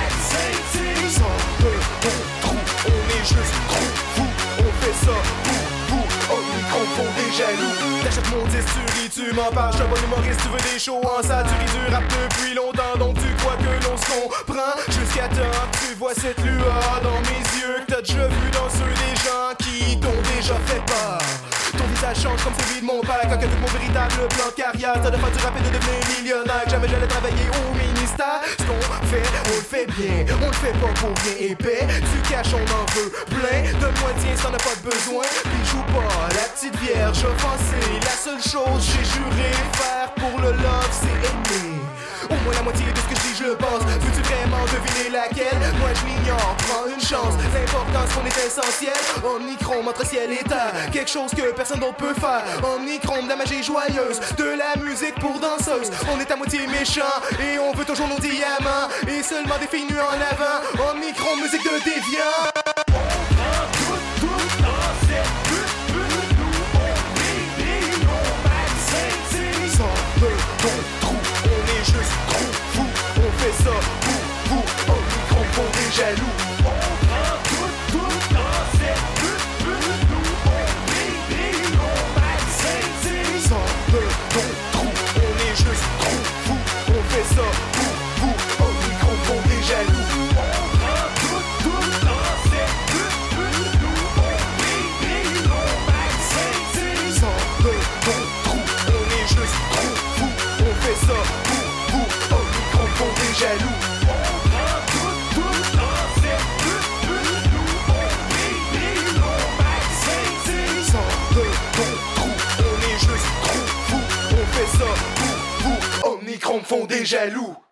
sort de ton trou. On est juste trop fou. On fait ça pour vous. Au micro pour des jaloux. T'achètes mon disque, tu ris, tu m'en parles. J'suis un bon humoriste, tu veux des shows en salle. Tu ris du rap depuis longtemps, donc tu crois que l'on se comprend. Jusqu'à temps que tu vois cette lueur dans mes yeux. Que t'as déjà vu dans ceux des gens qui t'ont déjà fait peur. Ton visage change comme celui de mon père. Quand tout mon véritable plan de carrière, ça de faire du rap et de devenir millionnaire. Jamais j'allais travailler au ministère. Ce qu'on fait, on le fait bien. On le fait pas pour rien épais. Tu caches, on en veut plein. Donne-moi tiens, ça n'a pas de besoin. Puis joue pas la petite vierge offensée. La seule chose j'ai juré faire pour le love, c'est aimer. Au moins la moitié de ce que je dis, je le pense. Veux-tu vraiment deviner laquelle? Moi je l'ignore, prends une chance. L'important c'est qu'on est essentiel. Omnichrome entre ciel et terre. Quelque chose que personne d'autre peut faire. Omnichrome, de la magie joyeuse. De la musique pour danseuse. On est à moitié méchant et on veut toujours nos diamants. Et seulement des filles nues en avant. Omnichrome, musique de déviant. On prend tout dans cette pute. Nous on brille, on va s'intimer. Sors de ton trou. On est juste trop fou. On fait ça pour vous. Omnichrome pour des jaloux. On prend tout dans cette pute. Nous on brille, on va s'intimer. Sors de ton trou. On est juste trop fou. On fait ça pour vous. Omnichrome pour des jaloux. On prend tout dans cette pute. Nous on brille, on va s'intimer. Sors de ton trou. On est juste trop fou. On fait ça pour vous. Omnichrome pour des jaloux. On prend tout dans cette pute. Nous on brille, on va s'intimer. Sors de ton trou. On est juste trop fou. On fait ça pour vous. Omnichrome font des jaloux.